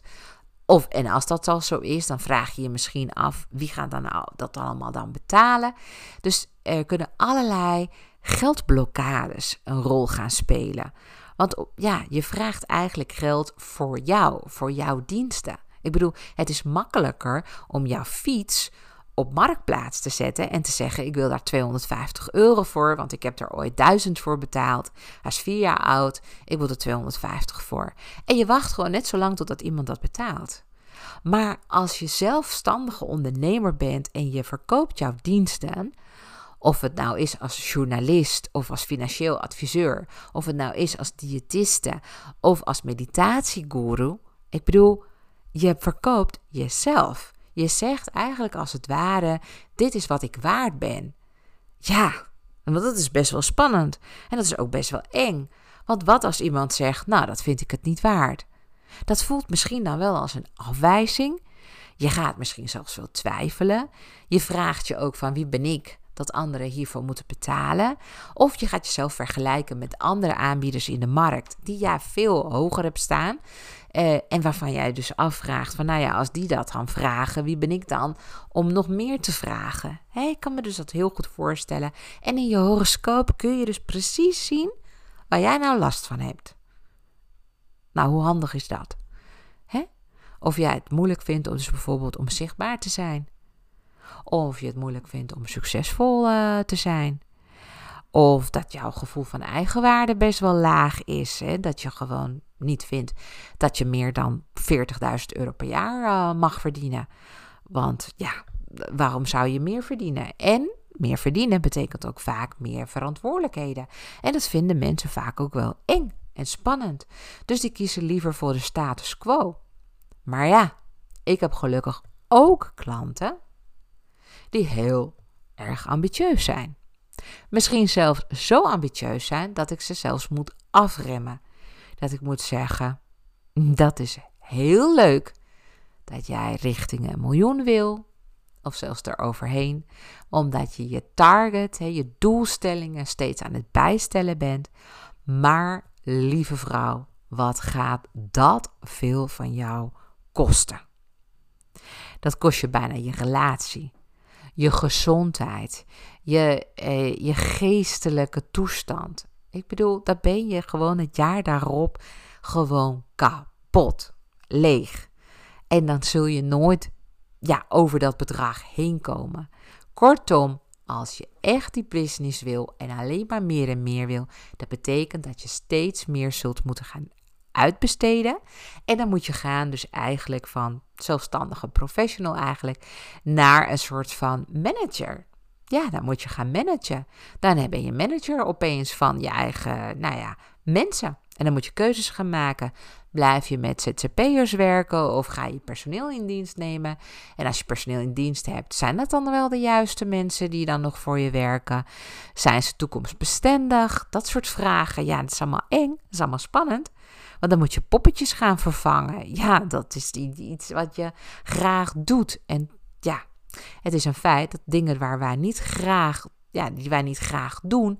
En als dat al zo is, dan vraag je je misschien af, wie gaat dat allemaal dan betalen? Dus er kunnen allerlei geldblokkades een rol gaan spelen. Want je vraagt eigenlijk geld voor jouw diensten. Ik bedoel, het is makkelijker om jouw fiets op Marktplaats te zetten en te zeggen, ik wil daar €250 voor, want ik heb er ooit 1000 voor betaald. Hij is 4 jaar oud, ik wil er 250 voor. En je wacht gewoon net zo lang totdat iemand dat betaalt. Maar als je zelfstandige ondernemer bent en je verkoopt jouw diensten, of het nou is als journalist of als financieel adviseur, of het nou is als diëtiste of als meditatiegoeroe, ik bedoel, je verkoopt jezelf. Je zegt eigenlijk als het ware, dit is wat ik waard ben. Ja, want dat is best wel spannend. En dat is ook best wel eng. Want wat als iemand zegt, nou, dat vind ik het niet waard. Dat voelt misschien dan wel als een afwijzing. Je gaat misschien zelfs wel twijfelen. Je vraagt je ook van wie ben ik dat anderen hiervoor moeten betalen. Of je gaat jezelf vergelijken met andere aanbieders in de markt die veel hoger hebt staan. En waarvan jij dus afvraagt van als die dat gaan vragen, wie ben ik dan om nog meer te vragen? Ik kan me dus dat heel goed voorstellen. En in je horoscoop kun je dus precies zien waar jij nou last van hebt. Nou, hoe handig is dat? Of jij het moeilijk vindt om dus bijvoorbeeld om zichtbaar te zijn. Of je het moeilijk vindt om succesvol te zijn. Of dat jouw gevoel van eigenwaarde best wel laag is. Dat je gewoon niet vindt dat je meer dan €40.000 per jaar mag verdienen. Want waarom zou je meer verdienen? En meer verdienen betekent ook vaak meer verantwoordelijkheden. En dat vinden mensen vaak ook wel eng en spannend. Dus die kiezen liever voor de status quo. Maar ik heb gelukkig ook klanten die heel erg ambitieus zijn. Misschien zelfs zo ambitieus zijn dat ik ze zelfs moet afremmen. Dat ik moet zeggen, dat is heel leuk dat jij richting 1 miljoen wil. Of zelfs eroverheen. Omdat je je target, je doelstellingen steeds aan het bijstellen bent. Maar lieve vrouw, wat gaat dat veel van jou kosten? Dat kost je bijna je relatie, je gezondheid, je geestelijke toestand. Ik bedoel, dan ben je gewoon het jaar daarop gewoon kapot, leeg. En dan zul je nooit over dat bedrag heen komen. Kortom, als je echt die business wil en alleen maar meer en meer wil, dat betekent dat je steeds meer zult moeten gaan uitbesteden. En dan moet je gaan dus eigenlijk van zelfstandige professional eigenlijk naar een soort van manager. Ja, dan moet je gaan managen. Dan ben je manager opeens van je eigen, mensen. En dan moet je keuzes gaan maken. Blijf je met ZZP'ers werken of ga je personeel in dienst nemen? En als je personeel in dienst hebt, zijn dat dan wel de juiste mensen die dan nog voor je werken? Zijn ze toekomstbestendig? Dat soort vragen. Ja, dat is allemaal eng, dat is allemaal spannend. Want dan moet je poppetjes gaan vervangen. Ja, dat is iets wat je graag doet. En ja, het is een feit dat dingen waar wij niet graag, die wij niet graag doen,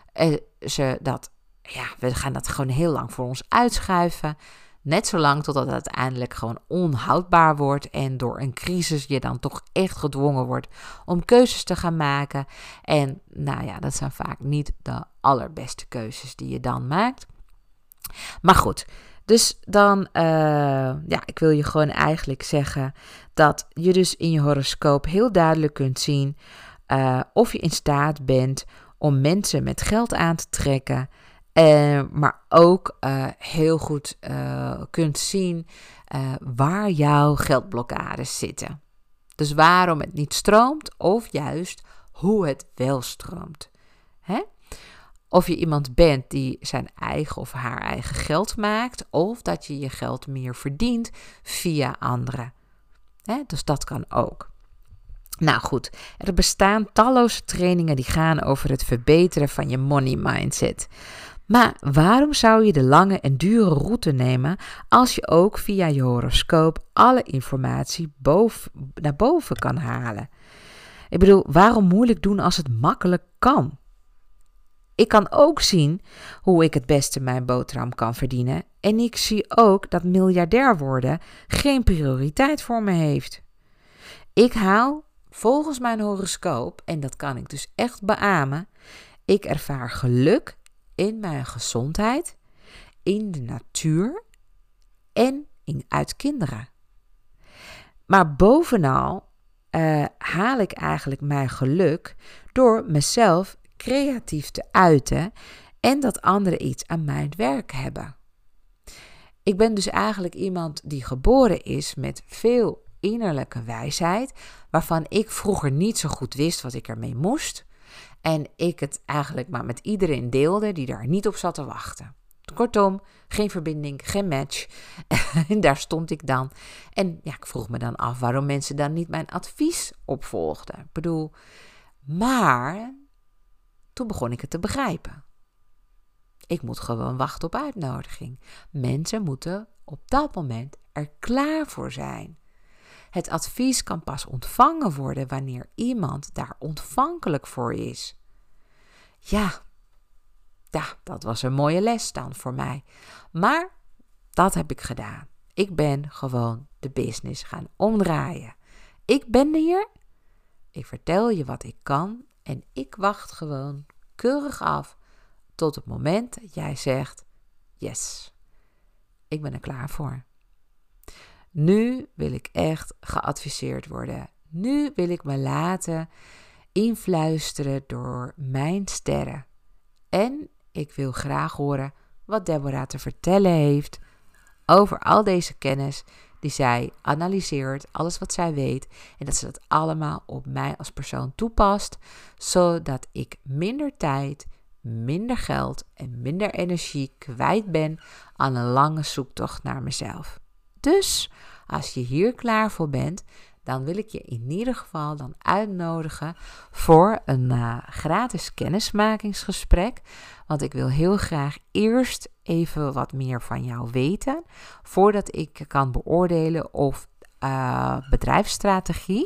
we gaan dat gewoon heel lang voor ons uitschuiven. Net zolang totdat het uiteindelijk gewoon onhoudbaar wordt en door een crisis je dan toch echt gedwongen wordt om keuzes te gaan maken. En dat zijn vaak niet de allerbeste keuzes die je dan maakt. Maar goed, dus dan, ik wil je gewoon eigenlijk zeggen dat je dus in je horoscoop heel duidelijk kunt zien of je in staat bent om mensen met geld aan te trekken. Maar ook heel goed kunt zien waar jouw geldblokkades zitten. Dus waarom het niet stroomt of juist hoe het wel stroomt. Hè? Of je iemand bent die zijn eigen of haar eigen geld maakt, of dat je je geld meer verdient via anderen. Dus dat kan ook. Nou goed, er bestaan talloze trainingen die gaan over het verbeteren van je money mindset. Maar waarom zou je de lange en dure route nemen als je ook via je horoscoop alle informatie naar boven kan halen? Ik bedoel, waarom moeilijk doen als het makkelijk kan? Ik kan ook zien hoe ik het beste mijn boterham kan verdienen. En ik zie ook dat miljardair worden geen prioriteit voor me heeft. Ik haal volgens mijn horoscoop, en dat kan ik dus echt beamen, ik ervaar geluk in mijn gezondheid, in de natuur en uit kinderen. Maar bovenal haal ik eigenlijk mijn geluk door mezelf creatief te uiten en dat anderen iets aan mijn werk hebben. Ik ben dus eigenlijk iemand die geboren is met veel innerlijke wijsheid, waarvan ik vroeger niet zo goed wist wat ik ermee moest. En ik het eigenlijk maar met iedereen deelde die daar niet op zat te wachten. Kortom, geen verbinding, geen match. En daar stond ik dan. En ik vroeg me dan af waarom mensen dan niet mijn advies opvolgden. Ik bedoel, maar toen begon ik het te begrijpen. Ik moet gewoon wachten op uitnodiging. Mensen moeten op dat moment er klaar voor zijn. Het advies kan pas ontvangen worden wanneer iemand daar ontvankelijk voor is. Ja, dat was een mooie les dan voor mij. Maar dat heb ik gedaan. Ik ben gewoon de business gaan omdraaien. Ik ben hier. Ik vertel je wat ik kan. En ik wacht gewoon keurig af tot het moment dat jij zegt, yes, ik ben er klaar voor. Nu wil ik echt geadviseerd worden. Nu wil ik me laten influisteren door mijn sterren. En ik wil graag horen wat Deborah te vertellen heeft over al deze kennis die zij analyseert, alles wat zij weet. En dat ze dat allemaal op mij als persoon toepast, zodat ik minder tijd, minder geld en minder energie kwijt ben aan een lange zoektocht naar mezelf. Dus als je hier klaar voor bent, dan wil ik je in ieder geval dan uitnodigen voor een gratis kennismakingsgesprek. Want ik wil heel graag eerst even wat meer van jou weten, voordat ik kan beoordelen of bedrijfsstrategie,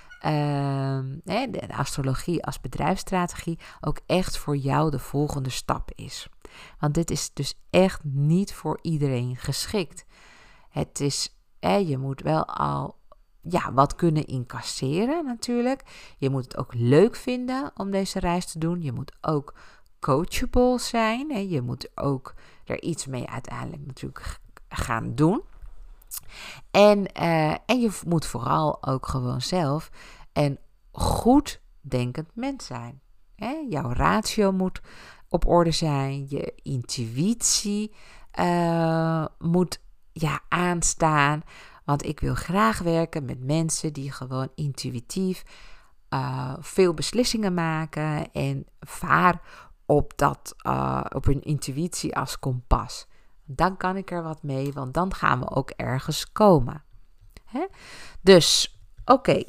de astrologie als bedrijfsstrategie, ook echt voor jou de volgende stap is. Want dit is dus echt niet voor iedereen geschikt. Het is, je moet wel al wat kunnen incasseren natuurlijk. Je moet het ook leuk vinden om deze reis te doen. Je moet ook coachable zijn. Je moet ook er iets mee uiteindelijk natuurlijk gaan doen. En je moet vooral ook gewoon zelf een goed denkend mens zijn. Jouw ratio moet op orde zijn. Je intuïtie moet aanstaan. Want ik wil graag werken met mensen die gewoon intuïtief veel beslissingen maken en vaar op hun intuïtie als kompas. Dan kan ik er wat mee, want dan gaan we ook ergens komen. Dus, oké.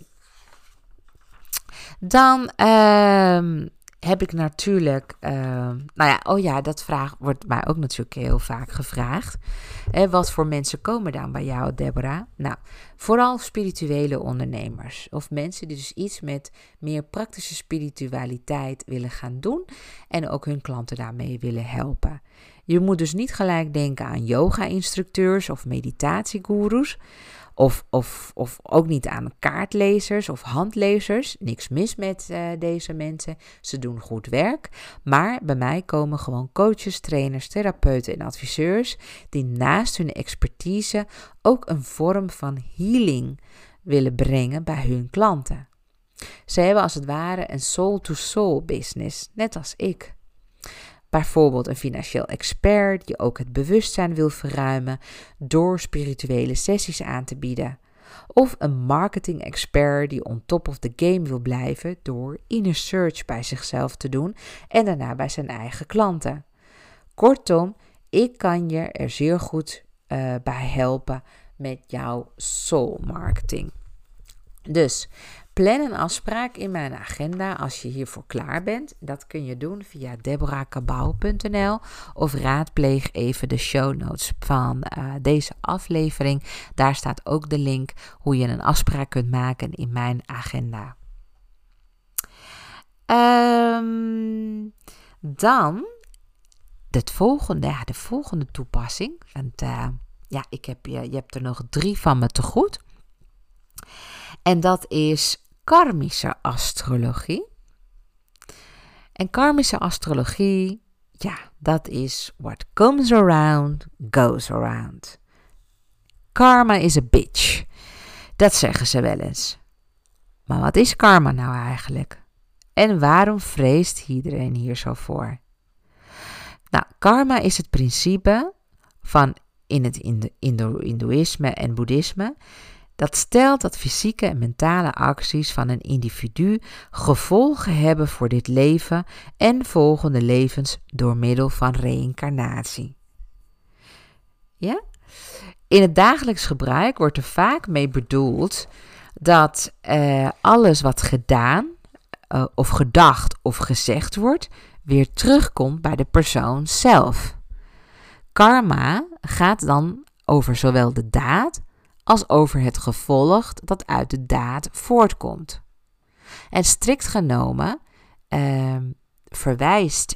Dan heb ik natuurlijk, dat vraag wordt mij ook natuurlijk heel vaak gevraagd. Wat voor mensen komen dan bij jou, Deborah? Nou, vooral spirituele ondernemers. Of mensen die dus iets met meer praktische spiritualiteit willen gaan doen. En ook hun klanten daarmee willen helpen. Je moet dus niet gelijk denken aan yoga-instructeurs of meditatiegoeroes. Of ook niet aan kaartlezers of handlezers. Niks mis met deze mensen. Ze doen goed werk. Maar bij mij komen gewoon coaches, trainers, therapeuten en adviseurs die naast hun expertise ook een vorm van healing willen brengen bij hun klanten. Ze hebben als het ware een soul-to-soul business, net als ik. Bijvoorbeeld een financieel expert die ook het bewustzijn wil verruimen door spirituele sessies aan te bieden. Of een marketing expert die on top of the game wil blijven door inner search bij zichzelf te doen en daarna bij zijn eigen klanten. Kortom, ik kan je er zeer goed bij helpen met jouw soul marketing. Dus plan een afspraak in mijn agenda als je hiervoor klaar bent. Dat kun je doen via deborahkabau.nl of raadpleeg even de show notes van deze aflevering. Daar staat ook de link hoe je een afspraak kunt maken in mijn agenda. Dan de volgende toepassing. Want je hebt er nog 3 van me te goed. En dat is karmische astrologie. En karmische astrologie, dat is what comes around, goes around. Karma is a bitch. Dat zeggen ze wel eens. Maar wat is karma nou eigenlijk? En waarom vreest iedereen hier zo voor? Nou, karma is het principe van in het Hindoeïsme en Boeddhisme. Dat stelt dat fysieke en mentale acties van een individu gevolgen hebben voor dit leven en volgende levens door middel van reïncarnatie. Ja? In het dagelijks gebruik wordt er vaak mee bedoeld dat alles wat gedaan of gedacht of gezegd wordt weer terugkomt bij de persoon zelf. Karma gaat dan over zowel de daad als over het gevolg dat uit de daad voortkomt. En strikt genomen verwijst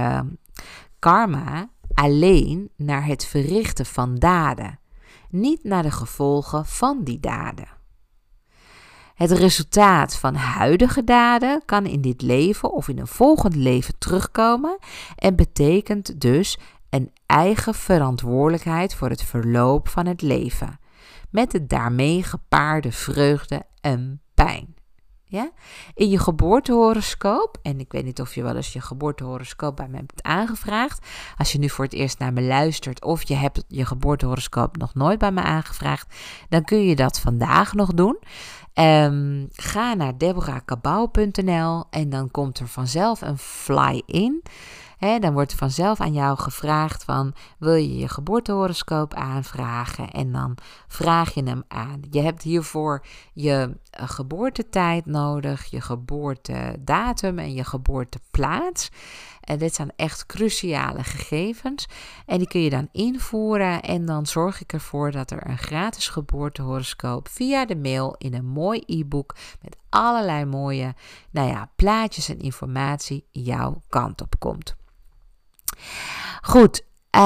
karma alleen naar het verrichten van daden, niet naar de gevolgen van die daden. Het resultaat van huidige daden kan in dit leven of in een volgend leven terugkomen en betekent dus een eigen verantwoordelijkheid voor het verloop van het leven, met de daarmee gepaarde vreugde en pijn. Ja? In je geboortehoroscoop, en ik weet niet of je wel eens je geboortehoroscoop bij mij hebt aangevraagd. Als je nu voor het eerst naar me luistert of je hebt je geboortehoroscoop nog nooit bij me aangevraagd, dan kun je dat vandaag nog doen. Ga naar deborahkabau.nl en dan komt er vanzelf een fly-in. Dan wordt vanzelf aan jou gevraagd van, wil je je geboortehoroscoop aanvragen? En dan vraag je hem aan. Je hebt hiervoor je geboortetijd nodig, je geboortedatum en je geboorteplaats. En dit zijn echt cruciale gegevens. En die kun je dan invoeren en dan zorg ik ervoor dat er een gratis geboortehoroscoop via de mail in een mooi e-book met allerlei mooie plaatjes en informatie jouw kant op komt. Goed,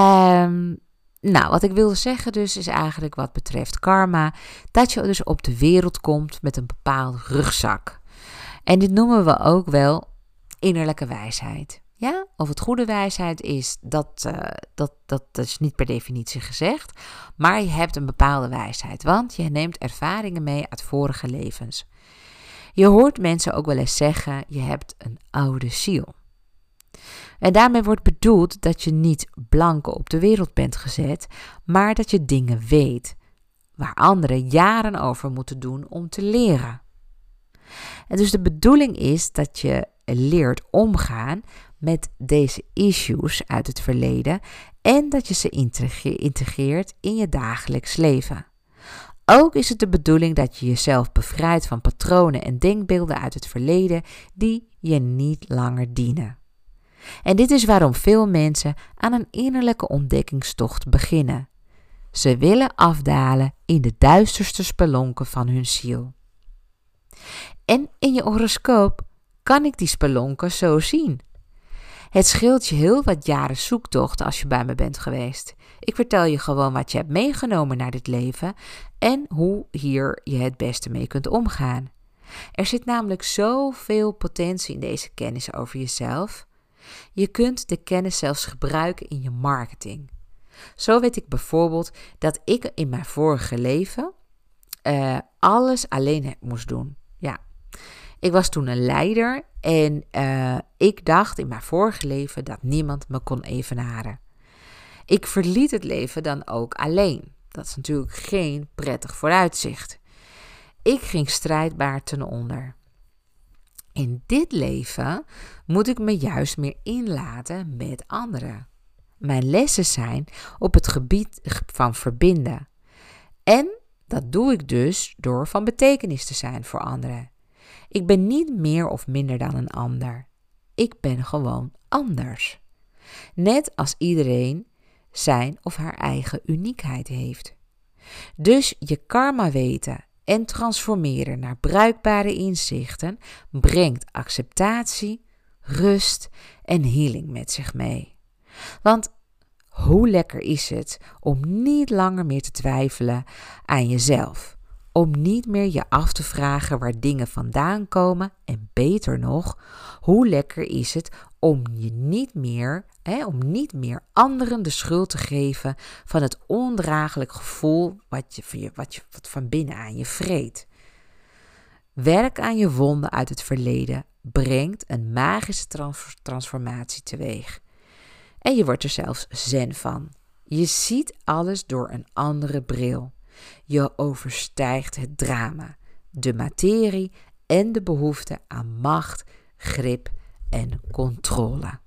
wat ik wilde zeggen dus is eigenlijk wat betreft karma, dat je dus op de wereld komt met een bepaalde rugzak. En dit noemen we ook wel innerlijke wijsheid. Ja? Of het goede wijsheid is, dat is niet per definitie gezegd, maar je hebt een bepaalde wijsheid, want je neemt ervaringen mee uit vorige levens. Je hoort mensen ook wel eens zeggen, je hebt een oude ziel. En daarmee wordt bedoeld dat je niet blanco op de wereld bent gezet, maar dat je dingen weet, waar anderen jaren over moeten doen om te leren. En dus de bedoeling is dat je leert omgaan met deze issues uit het verleden en dat je ze integreert in je dagelijks leven. Ook is het de bedoeling dat je jezelf bevrijdt van patronen en denkbeelden uit het verleden die je niet langer dienen. En dit is waarom veel mensen aan een innerlijke ontdekkingstocht beginnen. Ze willen afdalen in de duisterste spelonken van hun ziel. En in je horoscoop kan ik die spelonken zo zien. Het scheelt je heel wat jaren zoektocht als je bij me bent geweest. Ik vertel je gewoon wat je hebt meegenomen naar dit leven en hoe hier je het beste mee kunt omgaan. Er zit namelijk zoveel potentie in deze kennis over jezelf. Je kunt de kennis zelfs gebruiken in je marketing. Zo weet ik bijvoorbeeld dat ik in mijn vorige leven alles alleen moest doen. Ja. Ik was toen een leider en ik dacht in mijn vorige leven dat niemand me kon evenaren. Ik verliet het leven dan ook alleen. Dat is natuurlijk geen prettig vooruitzicht. Ik ging strijdbaar ten onder. In dit leven moet ik me juist meer inlaten met anderen. Mijn lessen zijn op het gebied van verbinden. En dat doe ik dus door van betekenis te zijn voor anderen. Ik ben niet meer of minder dan een ander. Ik ben gewoon anders. Net als iedereen zijn of haar eigen uniekheid heeft. Dus je karma weten en transformeren naar bruikbare inzichten brengt acceptatie, rust en healing met zich mee. Want hoe lekker is het om niet langer meer te twijfelen aan jezelf? Om niet meer je af te vragen waar dingen vandaan komen en beter nog, hoe lekker is het om niet meer anderen de schuld te geven van het ondraaglijk gevoel wat van binnen aan je vreet. Werk aan je wonden uit het verleden brengt een magische transformatie teweeg. En je wordt er zelfs zen van. Je ziet alles door een andere bril. Je overstijgt het drama, de materie en de behoefte aan macht, grip en controle.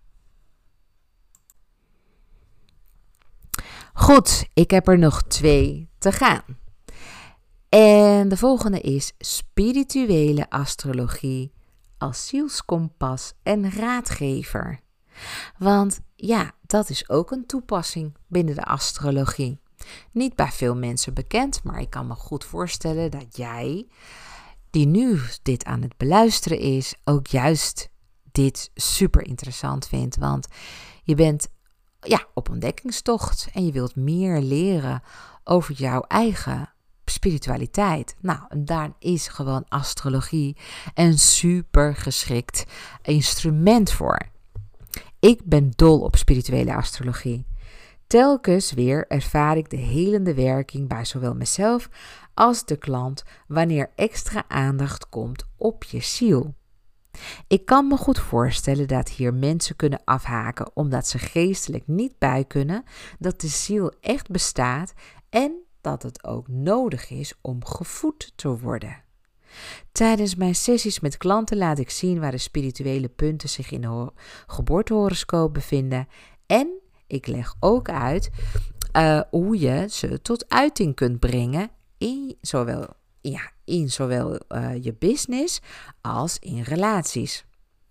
Goed, ik heb er nog 2 te gaan. En de volgende is spirituele astrologie als zielskompas en raadgever. Want ja, dat is ook een toepassing binnen de astrologie. Niet bij veel mensen bekend, maar ik kan me goed voorstellen dat jij, die nu dit aan het beluisteren is, ook juist dit super interessant vindt. Want je bent op ontdekkingstocht en je wilt meer leren over jouw eigen spiritualiteit. Nou, en daar is gewoon astrologie een super geschikt instrument voor. Ik ben dol op spirituele astrologie. Telkens weer ervaar ik de helende werking bij zowel mezelf als de klant wanneer extra aandacht komt op je ziel. Ik kan me goed voorstellen dat hier mensen kunnen afhaken omdat ze geestelijk niet bij kunnen dat de ziel echt bestaat en dat het ook nodig is om gevoed te worden. Tijdens mijn sessies met klanten laat ik zien waar de spirituele punten zich in de geboortehoroscoop bevinden. En ik leg ook uit hoe je ze tot uiting kunt brengen in zowel je business als in relaties.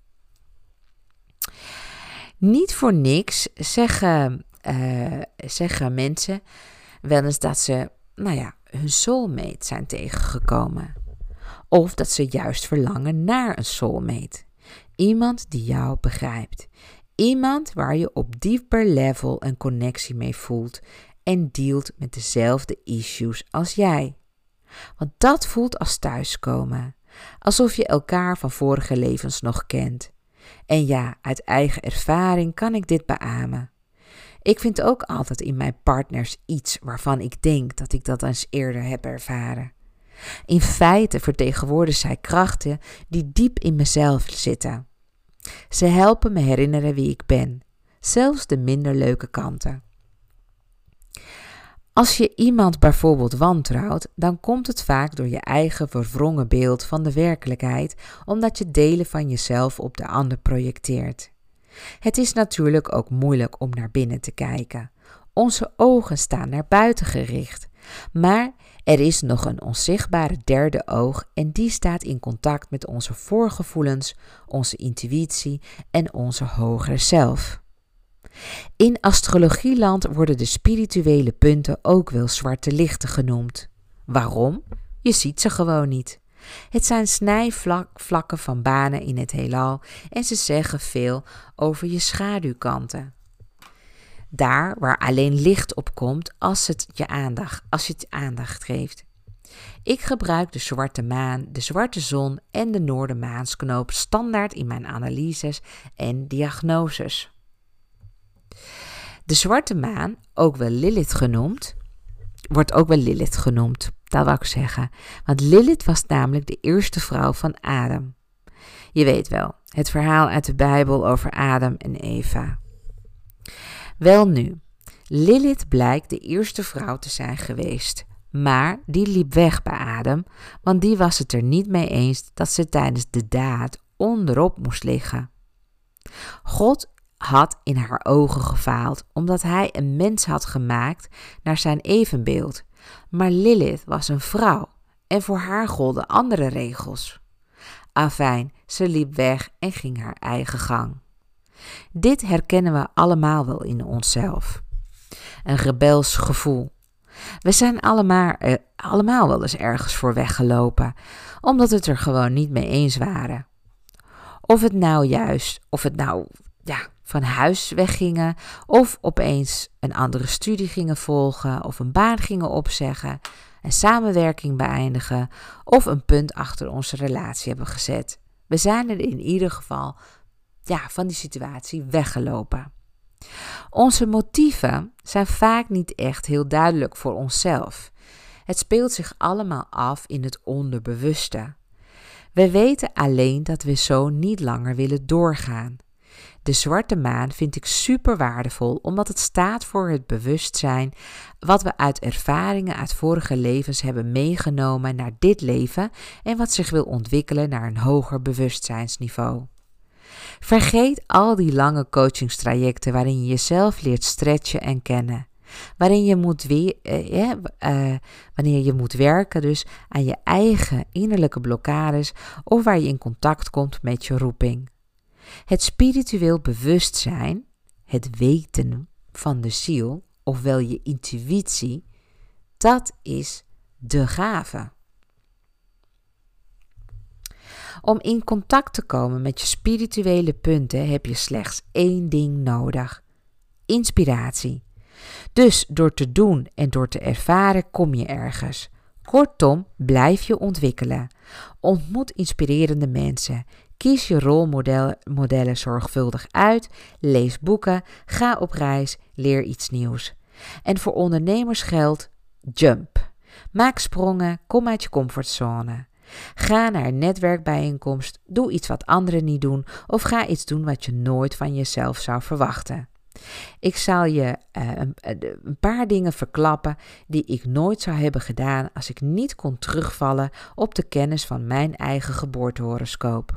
Niet voor niks zeggen mensen wel eens dat ze hun soulmate zijn tegengekomen. Of dat ze juist verlangen naar een soulmate. Iemand die jou begrijpt. Iemand waar je op dieper level een connectie mee voelt en dealt met dezelfde issues als jij. Want dat voelt als thuiskomen. Alsof je elkaar van vorige levens nog kent. En ja, uit eigen ervaring kan ik dit beamen. Ik vind ook altijd in mijn partners iets waarvan ik denk dat ik dat eens eerder heb ervaren. In feite vertegenwoordigen zij krachten die diep in mezelf zitten. Ze helpen me herinneren wie ik ben, zelfs de minder leuke kanten. Als je iemand bijvoorbeeld wantrouwt, dan komt het vaak door je eigen verwrongen beeld van de werkelijkheid, omdat je delen van jezelf op de ander projecteert. Het is natuurlijk ook moeilijk om naar binnen te kijken. Onze ogen staan naar buiten gericht, maar er is nog een onzichtbare derde oog en die staat in contact met onze voorgevoelens, onze intuïtie en onze hogere zelf. In astrologieland worden de spirituele punten ook wel zwarte lichten genoemd. Waarom? Je ziet ze gewoon niet. Het zijn snijvlakken van banen in het heelal en ze zeggen veel over je schaduwkanten. Daar waar alleen licht op komt als je het aandacht geeft. Ik gebruik de zwarte maan, de zwarte zon en de noordermaansknoop standaard in mijn analyses en diagnoses. De zwarte maan, wordt ook wel Lilith genoemd, dat wou ik zeggen. Want Lilith was namelijk de eerste vrouw van Adam. Je weet wel, het verhaal uit de Bijbel over Adam en Eva. Welnu, Lilith blijkt de eerste vrouw te zijn geweest. Maar die liep weg bij Adam, want die was het er niet mee eens dat ze tijdens de daad onderop moest liggen. God had in haar ogen gefaald, omdat hij een mens had gemaakt naar zijn evenbeeld. Maar Lilith was een vrouw en voor haar golden andere regels. Afijn, ze liep weg en ging haar eigen gang. Dit herkennen we allemaal wel in onszelf. Een rebels gevoel. We zijn allemaal wel eens ergens voor weggelopen, omdat we het er gewoon niet mee eens waren. Of het nou van huis weggingen, of opeens een andere studie gingen volgen, of een baan gingen opzeggen, een samenwerking beëindigen, of een punt achter onze relatie hebben gezet. We zijn er in ieder geval van die situatie weggelopen. Onze motieven zijn vaak niet echt heel duidelijk voor onszelf. Het speelt zich allemaal af in het onderbewuste. We weten alleen dat we zo niet langer willen doorgaan. De zwarte maan vind ik super waardevol, omdat het staat voor het bewustzijn wat we uit ervaringen uit vorige levens hebben meegenomen naar dit leven en wat zich wil ontwikkelen naar een hoger bewustzijnsniveau. Vergeet al die lange coachingstrajecten waarin je jezelf leert stretchen en kennen. Wanneer je moet werken dus aan je eigen innerlijke blokkades of waar je in contact komt met je roeping. Het spiritueel bewustzijn, het weten van de ziel, ofwel je intuïtie, dat is de gave. Om in contact te komen met je spirituele punten heb je slechts één ding nodig: inspiratie. Dus door te doen en door te ervaren kom je ergens. Kortom, blijf je ontwikkelen. Ontmoet inspirerende mensen. Kies je rolmodellen zorgvuldig uit. Lees boeken. Ga op reis. Leer iets nieuws. En voor ondernemers geldt: jump. Maak sprongen. Kom uit je comfortzone. Ga naar een netwerkbijeenkomst. Doe iets wat anderen niet doen. Of ga iets doen wat je nooit van jezelf zou verwachten. Ik zal je een paar dingen verklappen die ik nooit zou hebben gedaan als ik niet kon terugvallen op de kennis van mijn eigen geboortehoroscoop.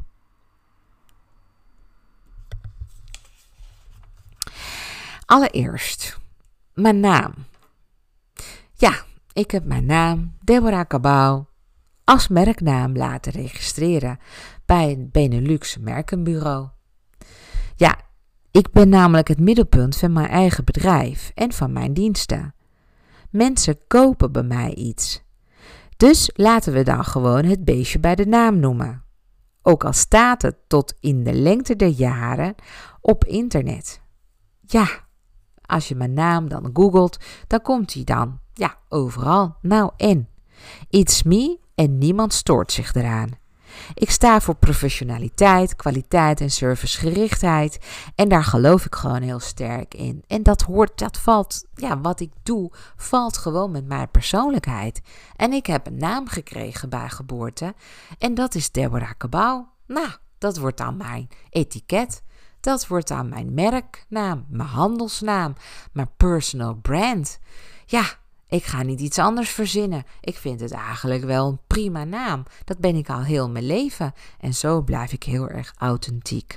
Allereerst, mijn naam. Ja, ik heb mijn naam, Deborah Cabau, als merknaam laten registreren bij het Benelux Merkenbureau. Ja, ik ben namelijk het middelpunt van mijn eigen bedrijf en van mijn diensten. Mensen kopen bij mij iets. Dus laten we dan gewoon het beestje bij de naam noemen. Ook al staat het tot in de lengte der jaren op internet. Ja, als je mijn naam dan googelt, dan komt hij dan. Ja, overal. Nou en? It's me en niemand stoort zich eraan. Ik sta voor professionaliteit, kwaliteit en servicegerichtheid. En daar geloof ik gewoon heel sterk in. En wat ik doe, valt gewoon met mijn persoonlijkheid. En ik heb een naam gekregen bij geboorte. En dat is Deborah Cabau. Nou, dat wordt dan mijn etiket. Dat wordt dan mijn merknaam, mijn handelsnaam, mijn personal brand. Ja, ik ga niet iets anders verzinnen. Ik vind het eigenlijk wel een prima naam. Dat ben ik al heel mijn leven. En zo blijf ik heel erg authentiek.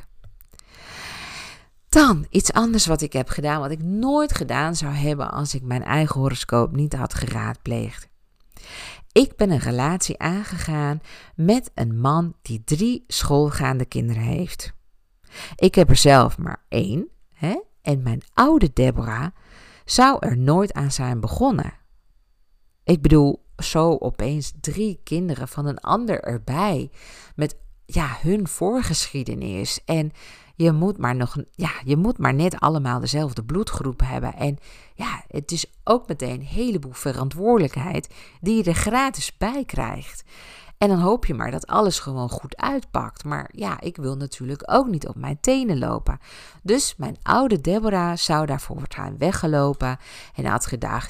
Dan iets anders wat ik heb gedaan, wat ik nooit gedaan zou hebben als ik mijn eigen horoscoop niet had geraadpleegd. Ik ben een relatie aangegaan met een man die 3 schoolgaande kinderen heeft. Ik heb er zelf maar 1, en mijn oude Deborah zou er nooit aan zijn begonnen. Ik bedoel, zo opeens 3 kinderen van een ander erbij, met hun voorgeschiedenis. En je moet maar net allemaal dezelfde bloedgroep hebben. En ja, het is ook meteen een heleboel verantwoordelijkheid die je er gratis bij krijgt. En dan hoop je maar dat alles gewoon goed uitpakt. Maar ja, ik wil natuurlijk ook niet op mijn tenen lopen. Dus mijn oude Deborah zou daarvoor zijn weggelopen. En had gedacht,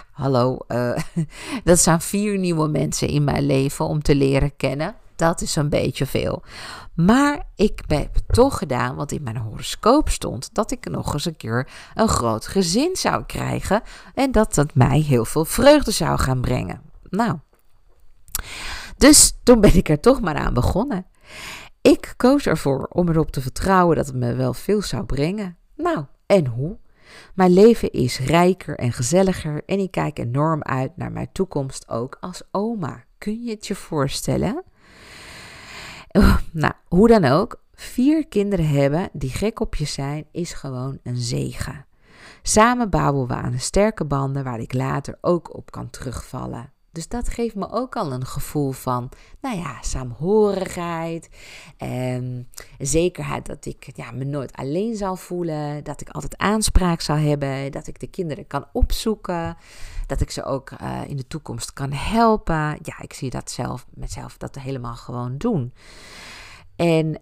dat zijn 4 nieuwe mensen in mijn leven om te leren kennen. Dat is een beetje veel. Maar ik heb het toch gedaan, want in mijn horoscoop stond dat ik nog eens een keer een groot gezin zou krijgen. En dat mij heel veel vreugde zou gaan brengen. Nou, dus toen ben ik er toch maar aan begonnen. Ik koos ervoor om erop te vertrouwen dat het me wel veel zou brengen. Nou, en hoe? Mijn leven is rijker en gezelliger en ik kijk enorm uit naar mijn toekomst ook als oma. Kun je het je voorstellen? Nou, hoe dan ook, 4 kinderen hebben die gek op je zijn is gewoon een zegen. Samen bouwen we aan sterke banden waar ik later ook op kan terugvallen. Dus dat geeft me ook al een gevoel van, saamhorigheid. Zekerheid dat ik me nooit alleen zal voelen. Dat ik altijd aanspraak zal hebben. Dat ik de kinderen kan opzoeken. Dat ik ze ook in de toekomst kan helpen. Ja, ik zie dat mezelf dat helemaal gewoon doen. En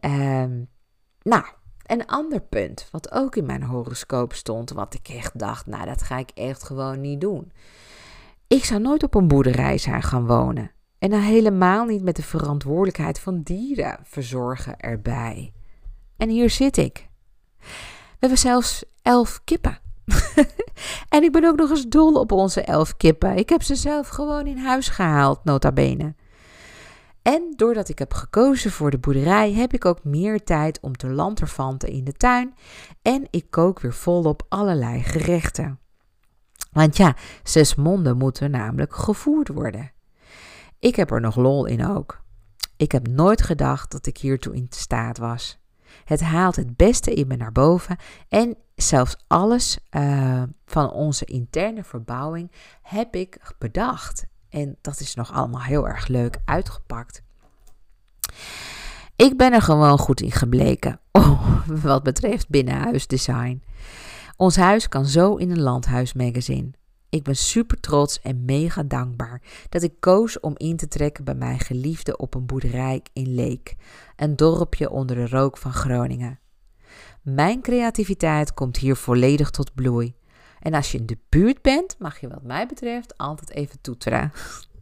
een ander punt wat ook in mijn horoscoop stond. Wat ik echt dacht, dat ga ik echt gewoon niet doen. Ik zou nooit op een boerderij zijn gaan wonen. En dan helemaal niet met de verantwoordelijkheid van dieren verzorgen erbij. En hier zit ik. We hebben zelfs 11 kippen. En ik ben ook nog eens dol op onze 11 kippen. Ik heb ze zelf gewoon in huis gehaald, nota bene. En doordat ik heb gekozen voor de boerderij, heb ik ook meer tijd om te lanterfanten in de tuin. En ik kook weer volop allerlei gerechten. Want 6 monden moeten namelijk gevoerd worden. Ik heb er nog lol in ook. Ik heb nooit gedacht dat ik hiertoe in staat was. Het haalt het beste in me naar boven en zelfs alles van onze interne verbouwing heb ik bedacht. En dat is nog allemaal heel erg leuk uitgepakt. Ik ben er gewoon goed in gebleken. Wat betreft binnenhuisdesign. Ons huis kan zo in een landhuismagazine. Ik ben super trots en mega dankbaar dat ik koos om in te trekken bij mijn geliefde op een boerderij in Leek, een dorpje onder de rook van Groningen. Mijn creativiteit komt hier volledig tot bloei. En als je in de buurt bent, mag je wat mij betreft altijd even toeteren.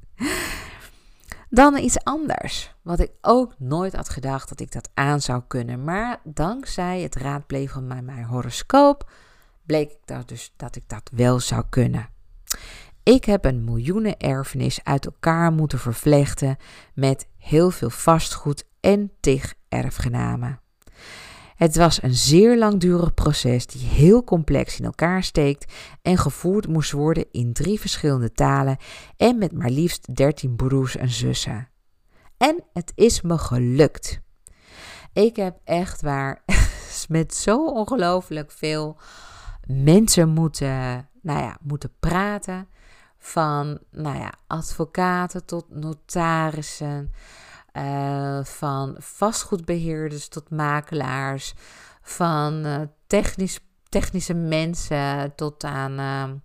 Dan iets anders, wat ik ook nooit had gedacht dat ik dat aan zou kunnen. Maar dankzij het raadplegen van mijn horoscoop bleek dat ik dat wel zou kunnen. Ik heb een miljoenen erfenis uit elkaar moeten vervlechten met heel veel vastgoed en tig erfgenamen. Het was een zeer langdurig proces die heel complex in elkaar steekt en gevoerd moest worden in 3 verschillende talen en met maar liefst 13 broers en zussen. En het is me gelukt. Ik heb echt waar met zo ongelooflijk veel mensen moeten praten. Van advocaten tot notarissen, van vastgoedbeheerders tot makelaars, van technische mensen tot aan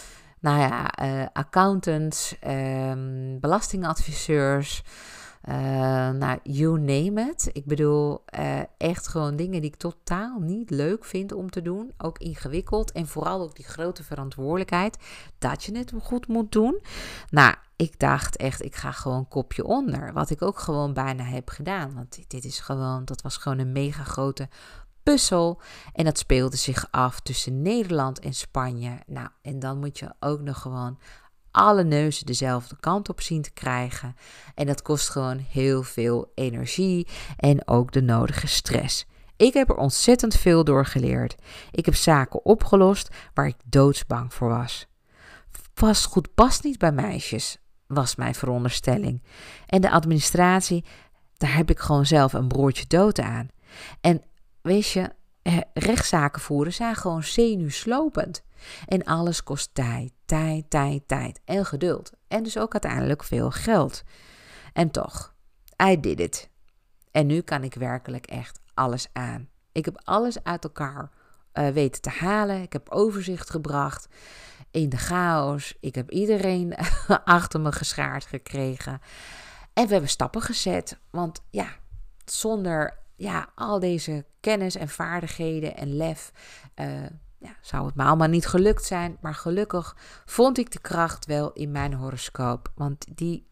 accountants, belastingadviseurs. You name it. Ik bedoel, echt gewoon dingen die ik totaal niet leuk vind om te doen. Ook ingewikkeld en vooral ook die grote verantwoordelijkheid dat je het goed moet doen. Nou, ik dacht echt, ik ga gewoon kopje onder. Wat ik ook gewoon bijna heb gedaan. Want dat was gewoon een mega grote puzzel. En dat speelde zich af tussen Nederland en Spanje. Nou, en dan moet je ook nog gewoon alle neuzen dezelfde kant op zien te krijgen. En dat kost gewoon heel veel energie en ook de nodige stress. Ik heb er ontzettend veel door geleerd. Ik heb zaken opgelost waar ik doodsbang voor was. Vastgoed past niet bij meisjes, was mijn veronderstelling. En de administratie, daar heb ik gewoon zelf een broertje dood aan. En weet je, rechtszaken voeren zijn gewoon zenuwslopend. En alles kost tijd en geduld. En dus ook uiteindelijk veel geld. En toch, I did it. En nu kan ik werkelijk echt alles aan. Ik heb alles uit elkaar weten te halen. Ik heb overzicht gebracht in de chaos. Ik heb iedereen achter me geschaard gekregen. En we hebben stappen gezet. Want ja, zonder al deze kennis en vaardigheden en lef zou het me allemaal niet gelukt zijn. Maar gelukkig vond ik de kracht wel in mijn horoscoop. Want die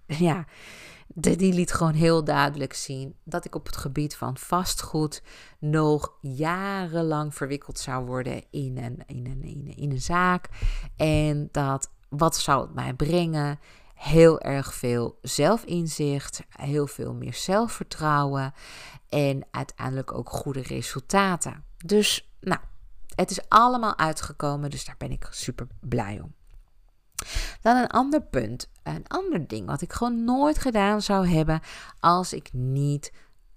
liet gewoon heel duidelijk zien dat ik op het gebied van vastgoed nog jarenlang verwikkeld zou worden in een zaak. En dat, wat zou het mij brengen? Heel erg veel zelfinzicht, heel veel meer zelfvertrouwen en uiteindelijk ook goede resultaten. Dus het is allemaal uitgekomen, dus daar ben ik super blij om. Dan een ander punt, een ander ding wat ik gewoon nooit gedaan zou hebben als ik niet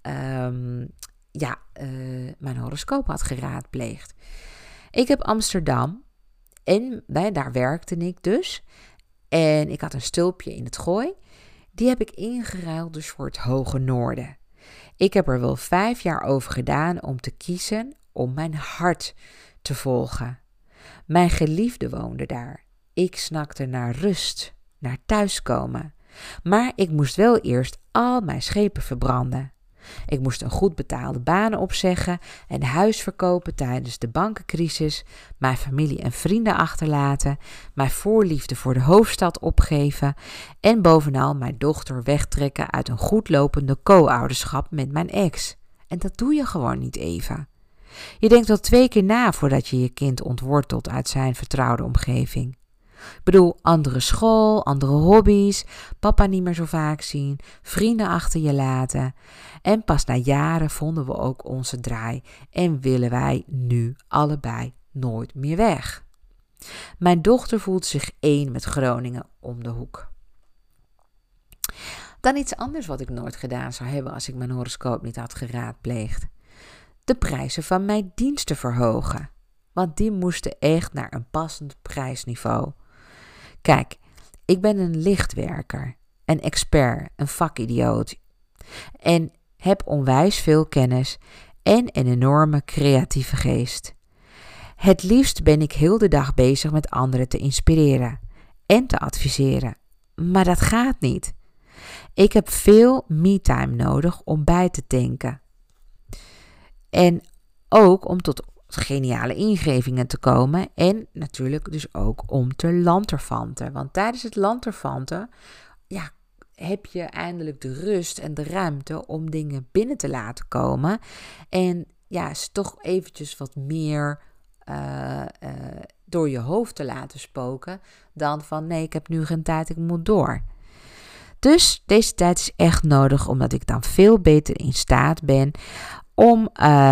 mijn horoscoop had geraadpleegd. Ik heb Amsterdam en daar werkte ik dus. En ik had een stulpje in het Gooi. Die heb ik ingeruild dus voor het Hoge Noorden. Ik heb er wel 5 jaar over gedaan om te kiezen om mijn hart te volgen. Mijn geliefde woonde daar. Ik snakte naar rust, naar thuiskomen. Maar ik moest wel eerst al mijn schepen verbranden. Ik moest een goed betaalde baan opzeggen en huis verkopen tijdens de bankencrisis, mijn familie en vrienden achterlaten, mijn voorliefde voor de hoofdstad opgeven en bovenal mijn dochter wegtrekken uit een goedlopende co-ouderschap met mijn ex. En dat doe je gewoon niet even. Je denkt wel 2 keer na voordat je je kind ontwortelt uit zijn vertrouwde omgeving. Ik bedoel, andere school, andere hobby's, papa niet meer zo vaak zien, vrienden achter je laten. En pas na jaren vonden we ook onze draai en willen wij nu allebei nooit meer weg. Mijn dochter voelt zich één met Groningen om de hoek. Dan iets anders wat ik nooit gedaan zou hebben als ik mijn horoscoop niet had geraadpleegd. De prijzen van mijn diensten verhogen. Want die moesten echt naar een passend prijsniveau. Kijk, ik ben een lichtwerker, een expert, een vakidioot. En heb onwijs veel kennis en een enorme creatieve geest. Het liefst ben ik heel de dag bezig met anderen te inspireren en te adviseren. Maar dat gaat niet. Ik heb veel me-time nodig om bij te denken. En ook om tot geniale ingevingen te komen en natuurlijk dus ook om te lanterfanten. Want tijdens het lanterfanten heb je eindelijk de rust en de ruimte om dingen binnen te laten komen. En is toch eventjes wat meer door je hoofd te laten spoken dan van nee, ik heb nu geen tijd, ik moet door. Dus deze tijd is echt nodig, omdat ik dan veel beter in staat ben om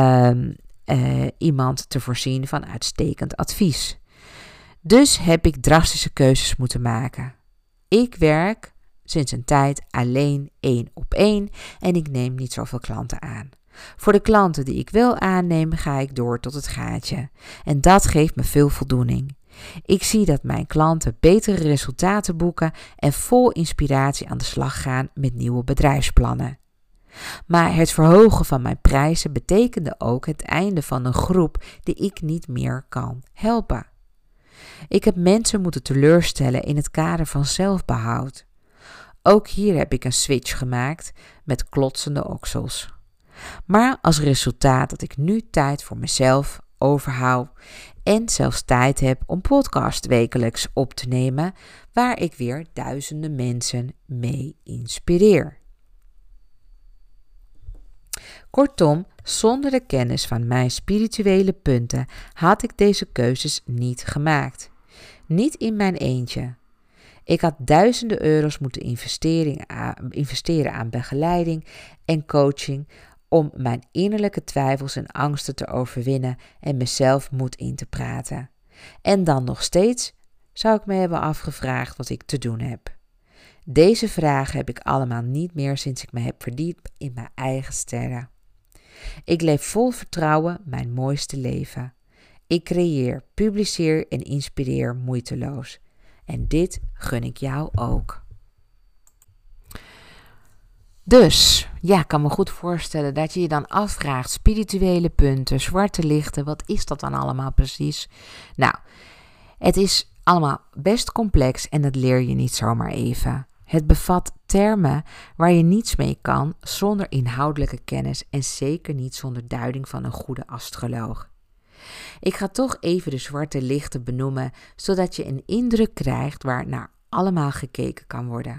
iemand te voorzien van uitstekend advies. Dus heb ik drastische keuzes moeten maken. Ik werk sinds een tijd alleen 1-op-1 en ik neem niet zoveel klanten aan. Voor de klanten die ik wil aannemen, ga ik door tot het gaatje. En dat geeft me veel voldoening. Ik zie dat mijn klanten betere resultaten boeken en vol inspiratie aan de slag gaan met nieuwe bedrijfsplannen. Maar het verhogen van mijn prijzen betekende ook het einde van een groep die ik niet meer kan helpen. Ik heb mensen moeten teleurstellen in het kader van zelfbehoud. Ook hier heb ik een switch gemaakt met klotsende oksels. Maar als resultaat dat ik nu tijd voor mezelf overhoud en zelfs tijd heb om podcast wekelijks op te nemen, waar ik weer duizenden mensen mee inspireer. Kortom, zonder de kennis van mijn spirituele punten had ik deze keuzes niet gemaakt. Niet in mijn eentje. Ik had duizenden euro's moeten investeren aan begeleiding en coaching om mijn innerlijke twijfels en angsten te overwinnen en mezelf moed in te praten. En dan nog steeds zou ik me hebben afgevraagd wat ik te doen heb. Deze vragen heb ik allemaal niet meer sinds ik me heb verdiept in mijn eigen sterren. Ik leef vol vertrouwen mijn mooiste leven. Ik creëer, publiceer en inspireer moeiteloos. En dit gun ik jou ook. Dus, ja, ik kan me goed voorstellen dat je je dan afvraagt, spirituele punten, zwarte lichten, wat is dat dan allemaal precies? Nou, het is allemaal best complex en dat leer je niet zomaar even. Het bevat termen waar je niets mee kan zonder inhoudelijke kennis en zeker niet zonder duiding van een goede astroloog. Ik ga toch even de zwarte lichten benoemen, zodat je een indruk krijgt waar naar allemaal gekeken kan worden.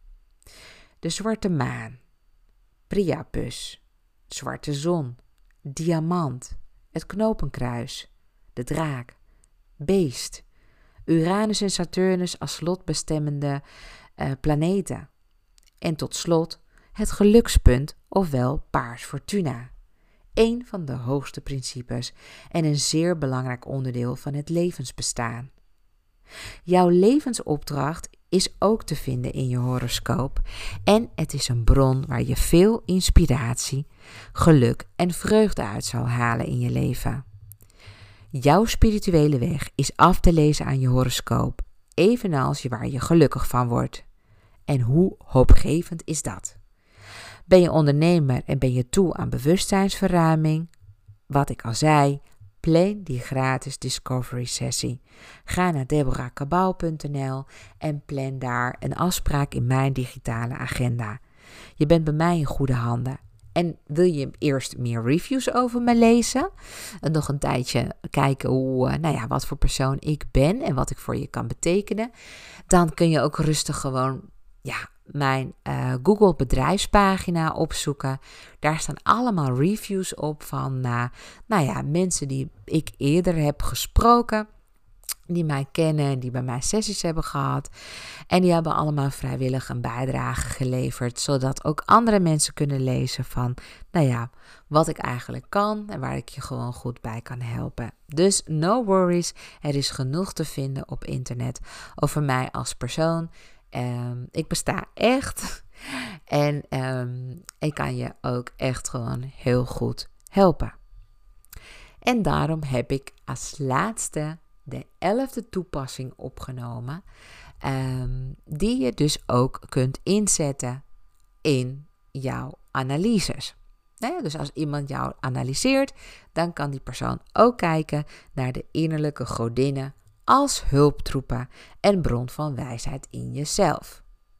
De zwarte maan, Priapus, zwarte zon, diamant, het knopenkruis, de draak, beest, Uranus en Saturnus als slotbestemmende planeten. En tot slot het gelukspunt, ofwel paars fortuna. Een van de hoogste principes en een zeer belangrijk onderdeel van het levensbestaan. Jouw levensopdracht is ook te vinden in je horoscoop en het is een bron waar je veel inspiratie, geluk en vreugde uit zal halen in je leven. Jouw spirituele weg is af te lezen aan je horoscoop, evenals waar je gelukkig van wordt. En hoe hoopgevend is dat? Ben je ondernemer en ben je toe aan bewustzijnsverruiming? Wat ik al zei, plan die gratis discovery sessie. Ga naar deborahkabau.nl en plan daar een afspraak in mijn digitale agenda. Je bent bij mij in goede handen. En wil je eerst meer reviews over me lezen? En nog een tijdje kijken wat voor persoon ik ben en wat ik voor je kan betekenen? Dan kun je ook rustig gewoon mijn Google bedrijfspagina opzoeken. Daar staan allemaal reviews op van mensen die ik eerder heb gesproken. Die mij kennen, die bij mij sessies hebben gehad. En die hebben allemaal vrijwillig een bijdrage geleverd. Zodat ook andere mensen kunnen lezen van, wat ik eigenlijk kan. En waar ik je gewoon goed bij kan helpen. Dus no worries. Er is genoeg te vinden op internet over mij als persoon. Ik besta echt. En ik kan je ook echt gewoon heel goed helpen. En daarom heb ik als laatste de 11e toepassing opgenomen, die je dus ook kunt inzetten in jouw analyses. Dus als iemand jou analyseert, dan kan die persoon ook kijken naar de innerlijke godinnen als hulptroepen en bron van wijsheid in jezelf.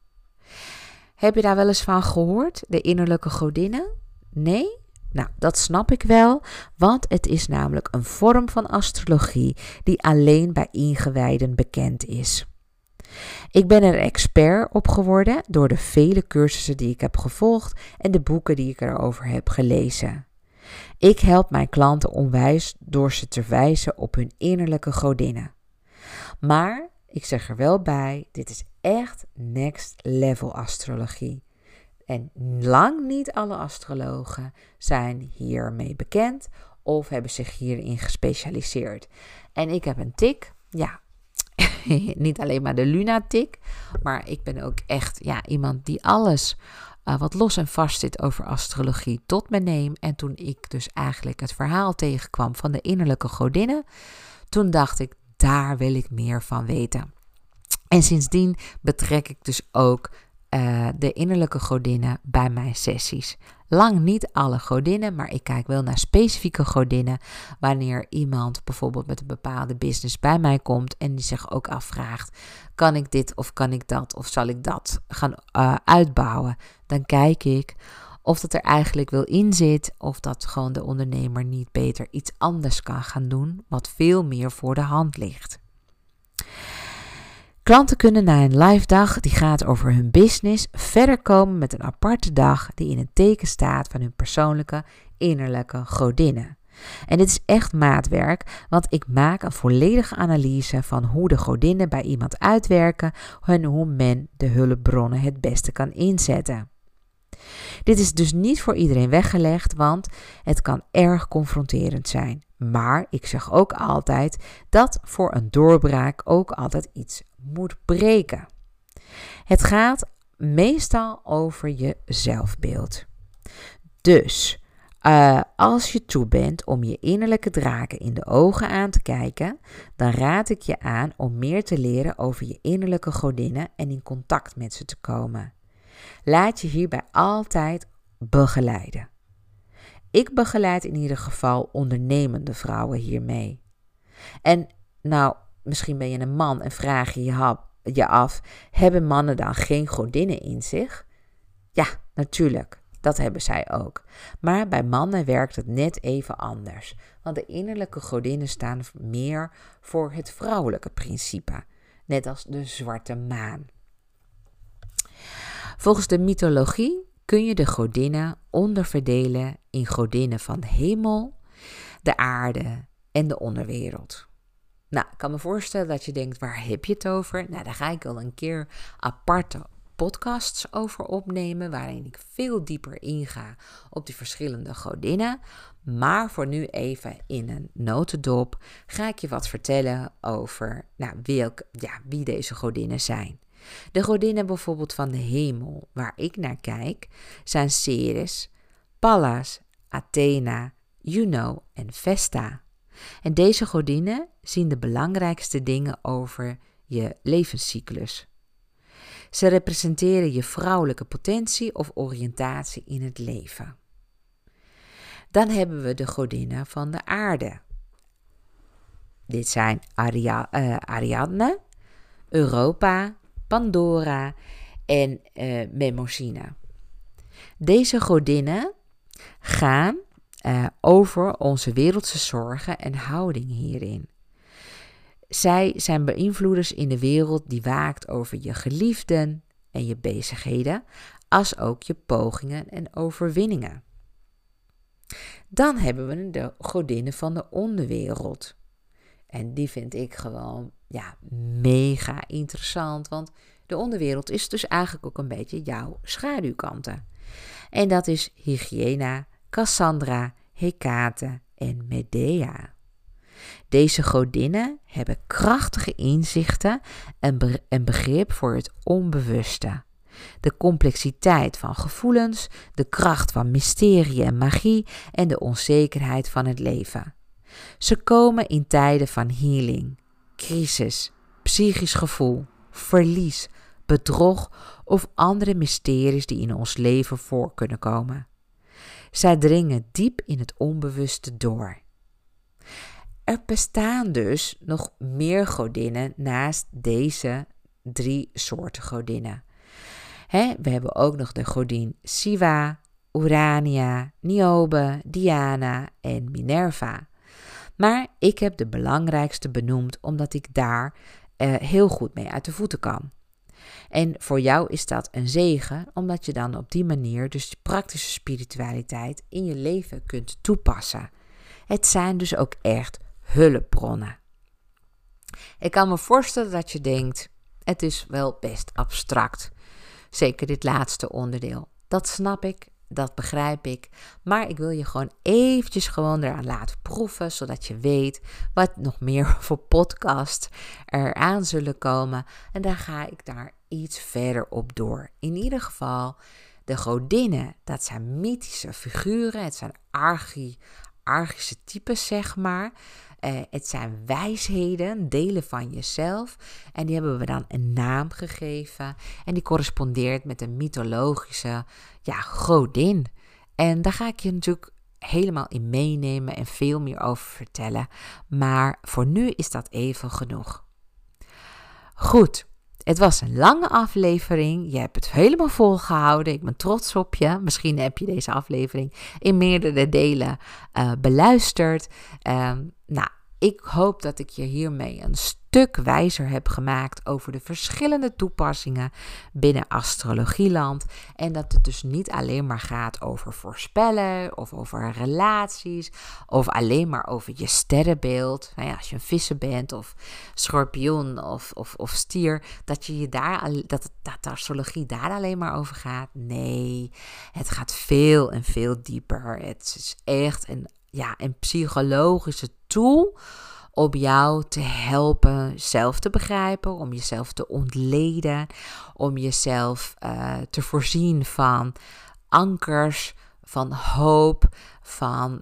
Heb je daar wel eens van gehoord, de innerlijke godinnen? Nee? Nou, dat snap ik wel, want het is namelijk een vorm van astrologie die alleen bij ingewijden bekend is. Ik ben er expert op geworden door de vele cursussen die ik heb gevolgd en de boeken die ik erover heb gelezen. Ik help mijn klanten onwijs door ze te wijzen op hun innerlijke godinnen. Maar ik zeg er wel bij, dit is echt next level astrologie. En lang niet alle astrologen zijn hiermee bekend of hebben zich hierin gespecialiseerd. En ik heb een tik, niet alleen maar de lunatic, maar ik ben ook echt iemand die alles wat los en vast zit over astrologie tot me neem. En toen ik dus eigenlijk het verhaal tegenkwam van de innerlijke godinnen, toen dacht ik, daar wil ik meer van weten. En sindsdien betrek ik dus ook de innerlijke godinnen bij mijn sessies. Lang niet alle godinnen, maar ik kijk wel naar specifieke godinnen wanneer iemand bijvoorbeeld met een bepaalde business bij mij komt en die zich ook afvraagt, kan ik dit of kan ik dat of zal ik dat gaan uitbouwen? Dan kijk ik of dat er eigenlijk wel in zit of dat gewoon de ondernemer niet beter iets anders kan gaan doen wat veel meer voor de hand ligt. Klanten kunnen na een live dag die gaat over hun business verder komen met een aparte dag die in het teken staat van hun persoonlijke innerlijke godinnen. En dit is echt maatwerk, want ik maak een volledige analyse van hoe de godinnen bij iemand uitwerken en hoe men de hulpbronnen het beste kan inzetten. Dit is dus niet voor iedereen weggelegd, want het kan erg confronterend zijn. Maar ik zeg ook altijd dat voor een doorbraak ook altijd iets moet breken. Het gaat meestal over je zelfbeeld. Dus als je toe bent om je innerlijke draken in de ogen aan te kijken, dan raad ik je aan om meer te leren over je innerlijke godinnen en in contact met ze te komen. Laat je hierbij altijd begeleiden. Ik begeleid in ieder geval ondernemende vrouwen hiermee. En misschien ben je een man en vraag je je af, hebben mannen dan geen godinnen in zich? Ja, natuurlijk, dat hebben zij ook. Maar bij mannen werkt het net even anders. Want de innerlijke godinnen staan meer voor het vrouwelijke principe. Net als de zwarte maan. Volgens de mythologie kun je de godinnen onderverdelen in godinnen van de hemel, de aarde en de onderwereld. Nou, ik kan me voorstellen dat je denkt, waar heb je het over? Nou, daar ga ik wel een keer aparte podcasts over opnemen, waarin ik veel dieper inga op die verschillende godinnen. Maar voor nu even in een notendop ga ik je wat vertellen over wie deze godinnen zijn. De godinnen bijvoorbeeld van de hemel, waar ik naar kijk, zijn Ceres, Pallas, Athena, Juno en Vesta. En deze godinnen zien de belangrijkste dingen over je levenscyclus. Ze representeren je vrouwelijke potentie of oriëntatie in het leven. Dan hebben we de godinnen van de aarde. Dit zijn Ariadne, Europa, Pandora en Mnemosyne. Deze godinnen gaan over onze wereldse zorgen en houding hierin. Zij zijn beïnvloeders in de wereld die waakt over je geliefden en je bezigheden, als ook je pogingen en overwinningen. Dan hebben we de godinnen van de onderwereld. En die vind ik gewoon mega interessant, want de onderwereld is dus eigenlijk ook een beetje jouw schaduwkanten. En dat is Hygiëna, Cassandra, Hecate en Medea. Deze godinnen hebben krachtige inzichten en begrip voor het onbewuste. De complexiteit van gevoelens, de kracht van mysterie en magie en de onzekerheid van het leven. Ze komen in tijden van healing, crisis, psychisch gevoel, verlies, bedrog of andere mysteries die in ons leven voor kunnen komen. Zij dringen diep in het onbewuste door. Er bestaan dus nog meer godinnen naast deze 3 soorten godinnen. We hebben ook nog de godin Siva, Urania, Niobe, Diana en Minerva. Maar ik heb de belangrijkste benoemd omdat ik daar heel goed mee uit de voeten kan. En voor jou is dat een zegen, omdat je dan op die manier dus die praktische spiritualiteit in je leven kunt toepassen. Het zijn dus ook echt hulpbronnen. Ik kan me voorstellen dat je denkt, het is wel best abstract. Zeker dit laatste onderdeel. Dat snap ik, dat begrijp ik. Maar ik wil je gewoon eventjes eraan laten proeven, zodat je weet wat nog meer voor podcasts eraan zullen komen. En dan ga ik daar iets verder op door. In ieder geval, de godinnen, dat zijn mythische figuren. Het zijn argische types, zeg maar. Het zijn wijsheden, delen van jezelf. En die hebben we dan een naam gegeven. En die correspondeert met een mythologische godin. En daar ga ik je natuurlijk helemaal in meenemen en veel meer over vertellen. Maar voor nu is dat even genoeg. Goed. Het was een lange aflevering. Je hebt het helemaal volgehouden. Ik ben trots op je. Misschien heb je deze aflevering in meerdere delen beluisterd. Ik hoop dat ik je hiermee een stuk wijzer heb gemaakt over de verschillende toepassingen binnen astrologieland. En dat het dus niet alleen maar gaat over voorspellen of over relaties of alleen maar over je sterrenbeeld. Nou ja, als je een vissen bent of schorpioen of stier, dat de astrologie daar alleen maar over gaat. Nee, het gaat veel en veel dieper. Het is echt een psychologische tool om jou te helpen zelf te begrijpen, om jezelf te ontleden, om jezelf te voorzien van ankers, van hoop, van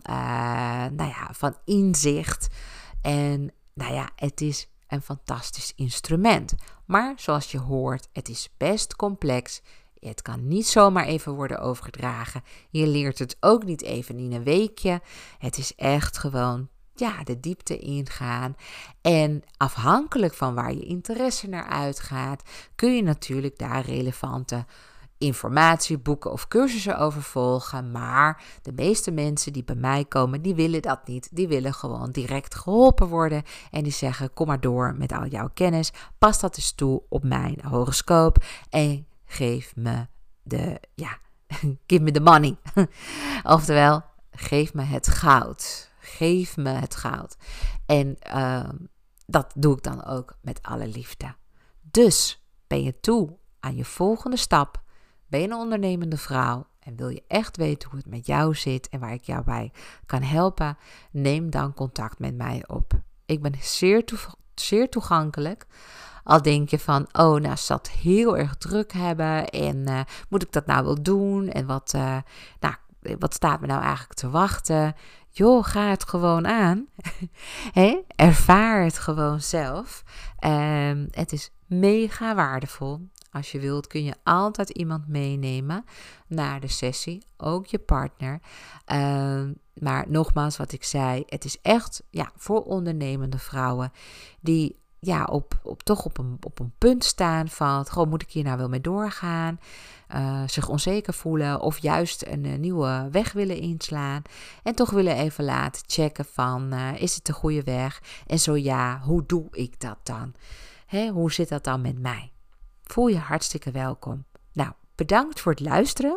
inzicht. En het is een fantastisch instrument. Maar zoals je hoort, het is best complex. Het kan niet zomaar even worden overgedragen. Je leert het ook niet even in een weekje. Het is echt gewoon de diepte ingaan. En afhankelijk van waar je interesse naar uitgaat, kun je natuurlijk daar relevante informatie, boeken of cursussen over volgen. Maar de meeste mensen die bij mij komen, die willen dat niet. Die willen gewoon direct geholpen worden. En die zeggen, kom maar door met al jouw kennis. Pas dat eens toe op mijn horoscoop. En geef me give me the money. Oftewel, geef me het goud. Geef me het goud. En dat doe ik dan ook met alle liefde. Dus ben je toe aan je volgende stap? Ben je een ondernemende vrouw en wil je echt weten hoe het met jou zit en waar ik jou bij kan helpen? Neem dan contact met mij op. Ik ben zeer toegankelijk. Al denk je van, ze zal het heel erg druk hebben en moet ik dat nou wel doen? En wat staat me nou eigenlijk te wachten? Joh, ga het gewoon aan. Ervaar het gewoon zelf. Het is mega waardevol. Als je wilt kun je altijd iemand meenemen naar de sessie, ook je partner. Maar nogmaals wat ik zei, het is echt voor ondernemende vrouwen die op een punt staan van, moet ik hier nou wel mee doorgaan? Zich onzeker voelen of juist een nieuwe weg willen inslaan. En toch willen even laten checken van, is het de goede weg? En zo ja, hoe doe ik dat dan? Hoe zit dat dan met mij? Voel je hartstikke welkom. Nou, bedankt voor het luisteren.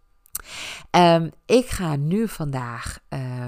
Ik ga nu vandaag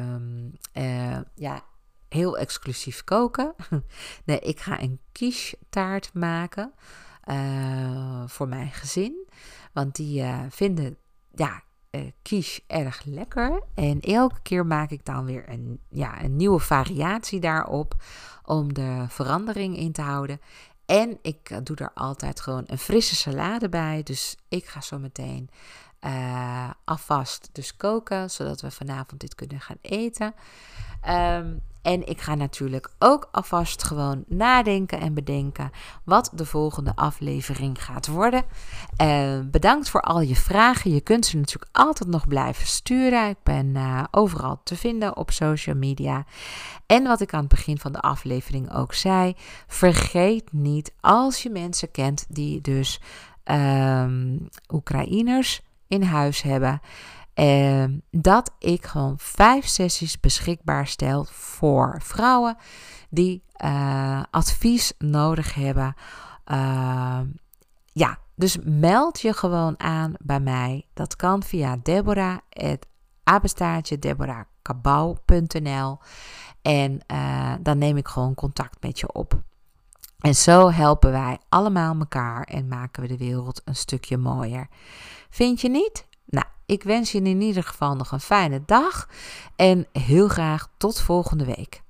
heel exclusief koken. Nee, ik ga een quiche taart maken voor mijn gezin. Want die vinden quiche erg lekker. En elke keer maak ik dan weer een nieuwe variatie daarop om de verandering in te houden. En ik doe er altijd gewoon een frisse salade bij. Dus ik ga zo meteen alvast dus koken, zodat we vanavond dit kunnen gaan eten. En ik ga natuurlijk ook alvast gewoon nadenken en bedenken wat de volgende aflevering gaat worden. Bedankt voor al je vragen. Je kunt ze natuurlijk altijd nog blijven sturen. Ik ben overal te vinden op social media. En wat ik aan het begin van de aflevering ook zei, vergeet niet als je mensen kent die dus Oekraïners in huis hebben, dat ik gewoon 5 sessies beschikbaar stel voor vrouwen die advies nodig hebben Ja, dus meld je gewoon aan bij mij. Dat kan via deborahkabau.nl en dan neem ik gewoon contact met je op. En zo helpen wij allemaal elkaar en maken we de wereld een stukje mooier. Vind je niet? Nou, ik wens je in ieder geval nog een fijne dag en heel graag tot volgende week.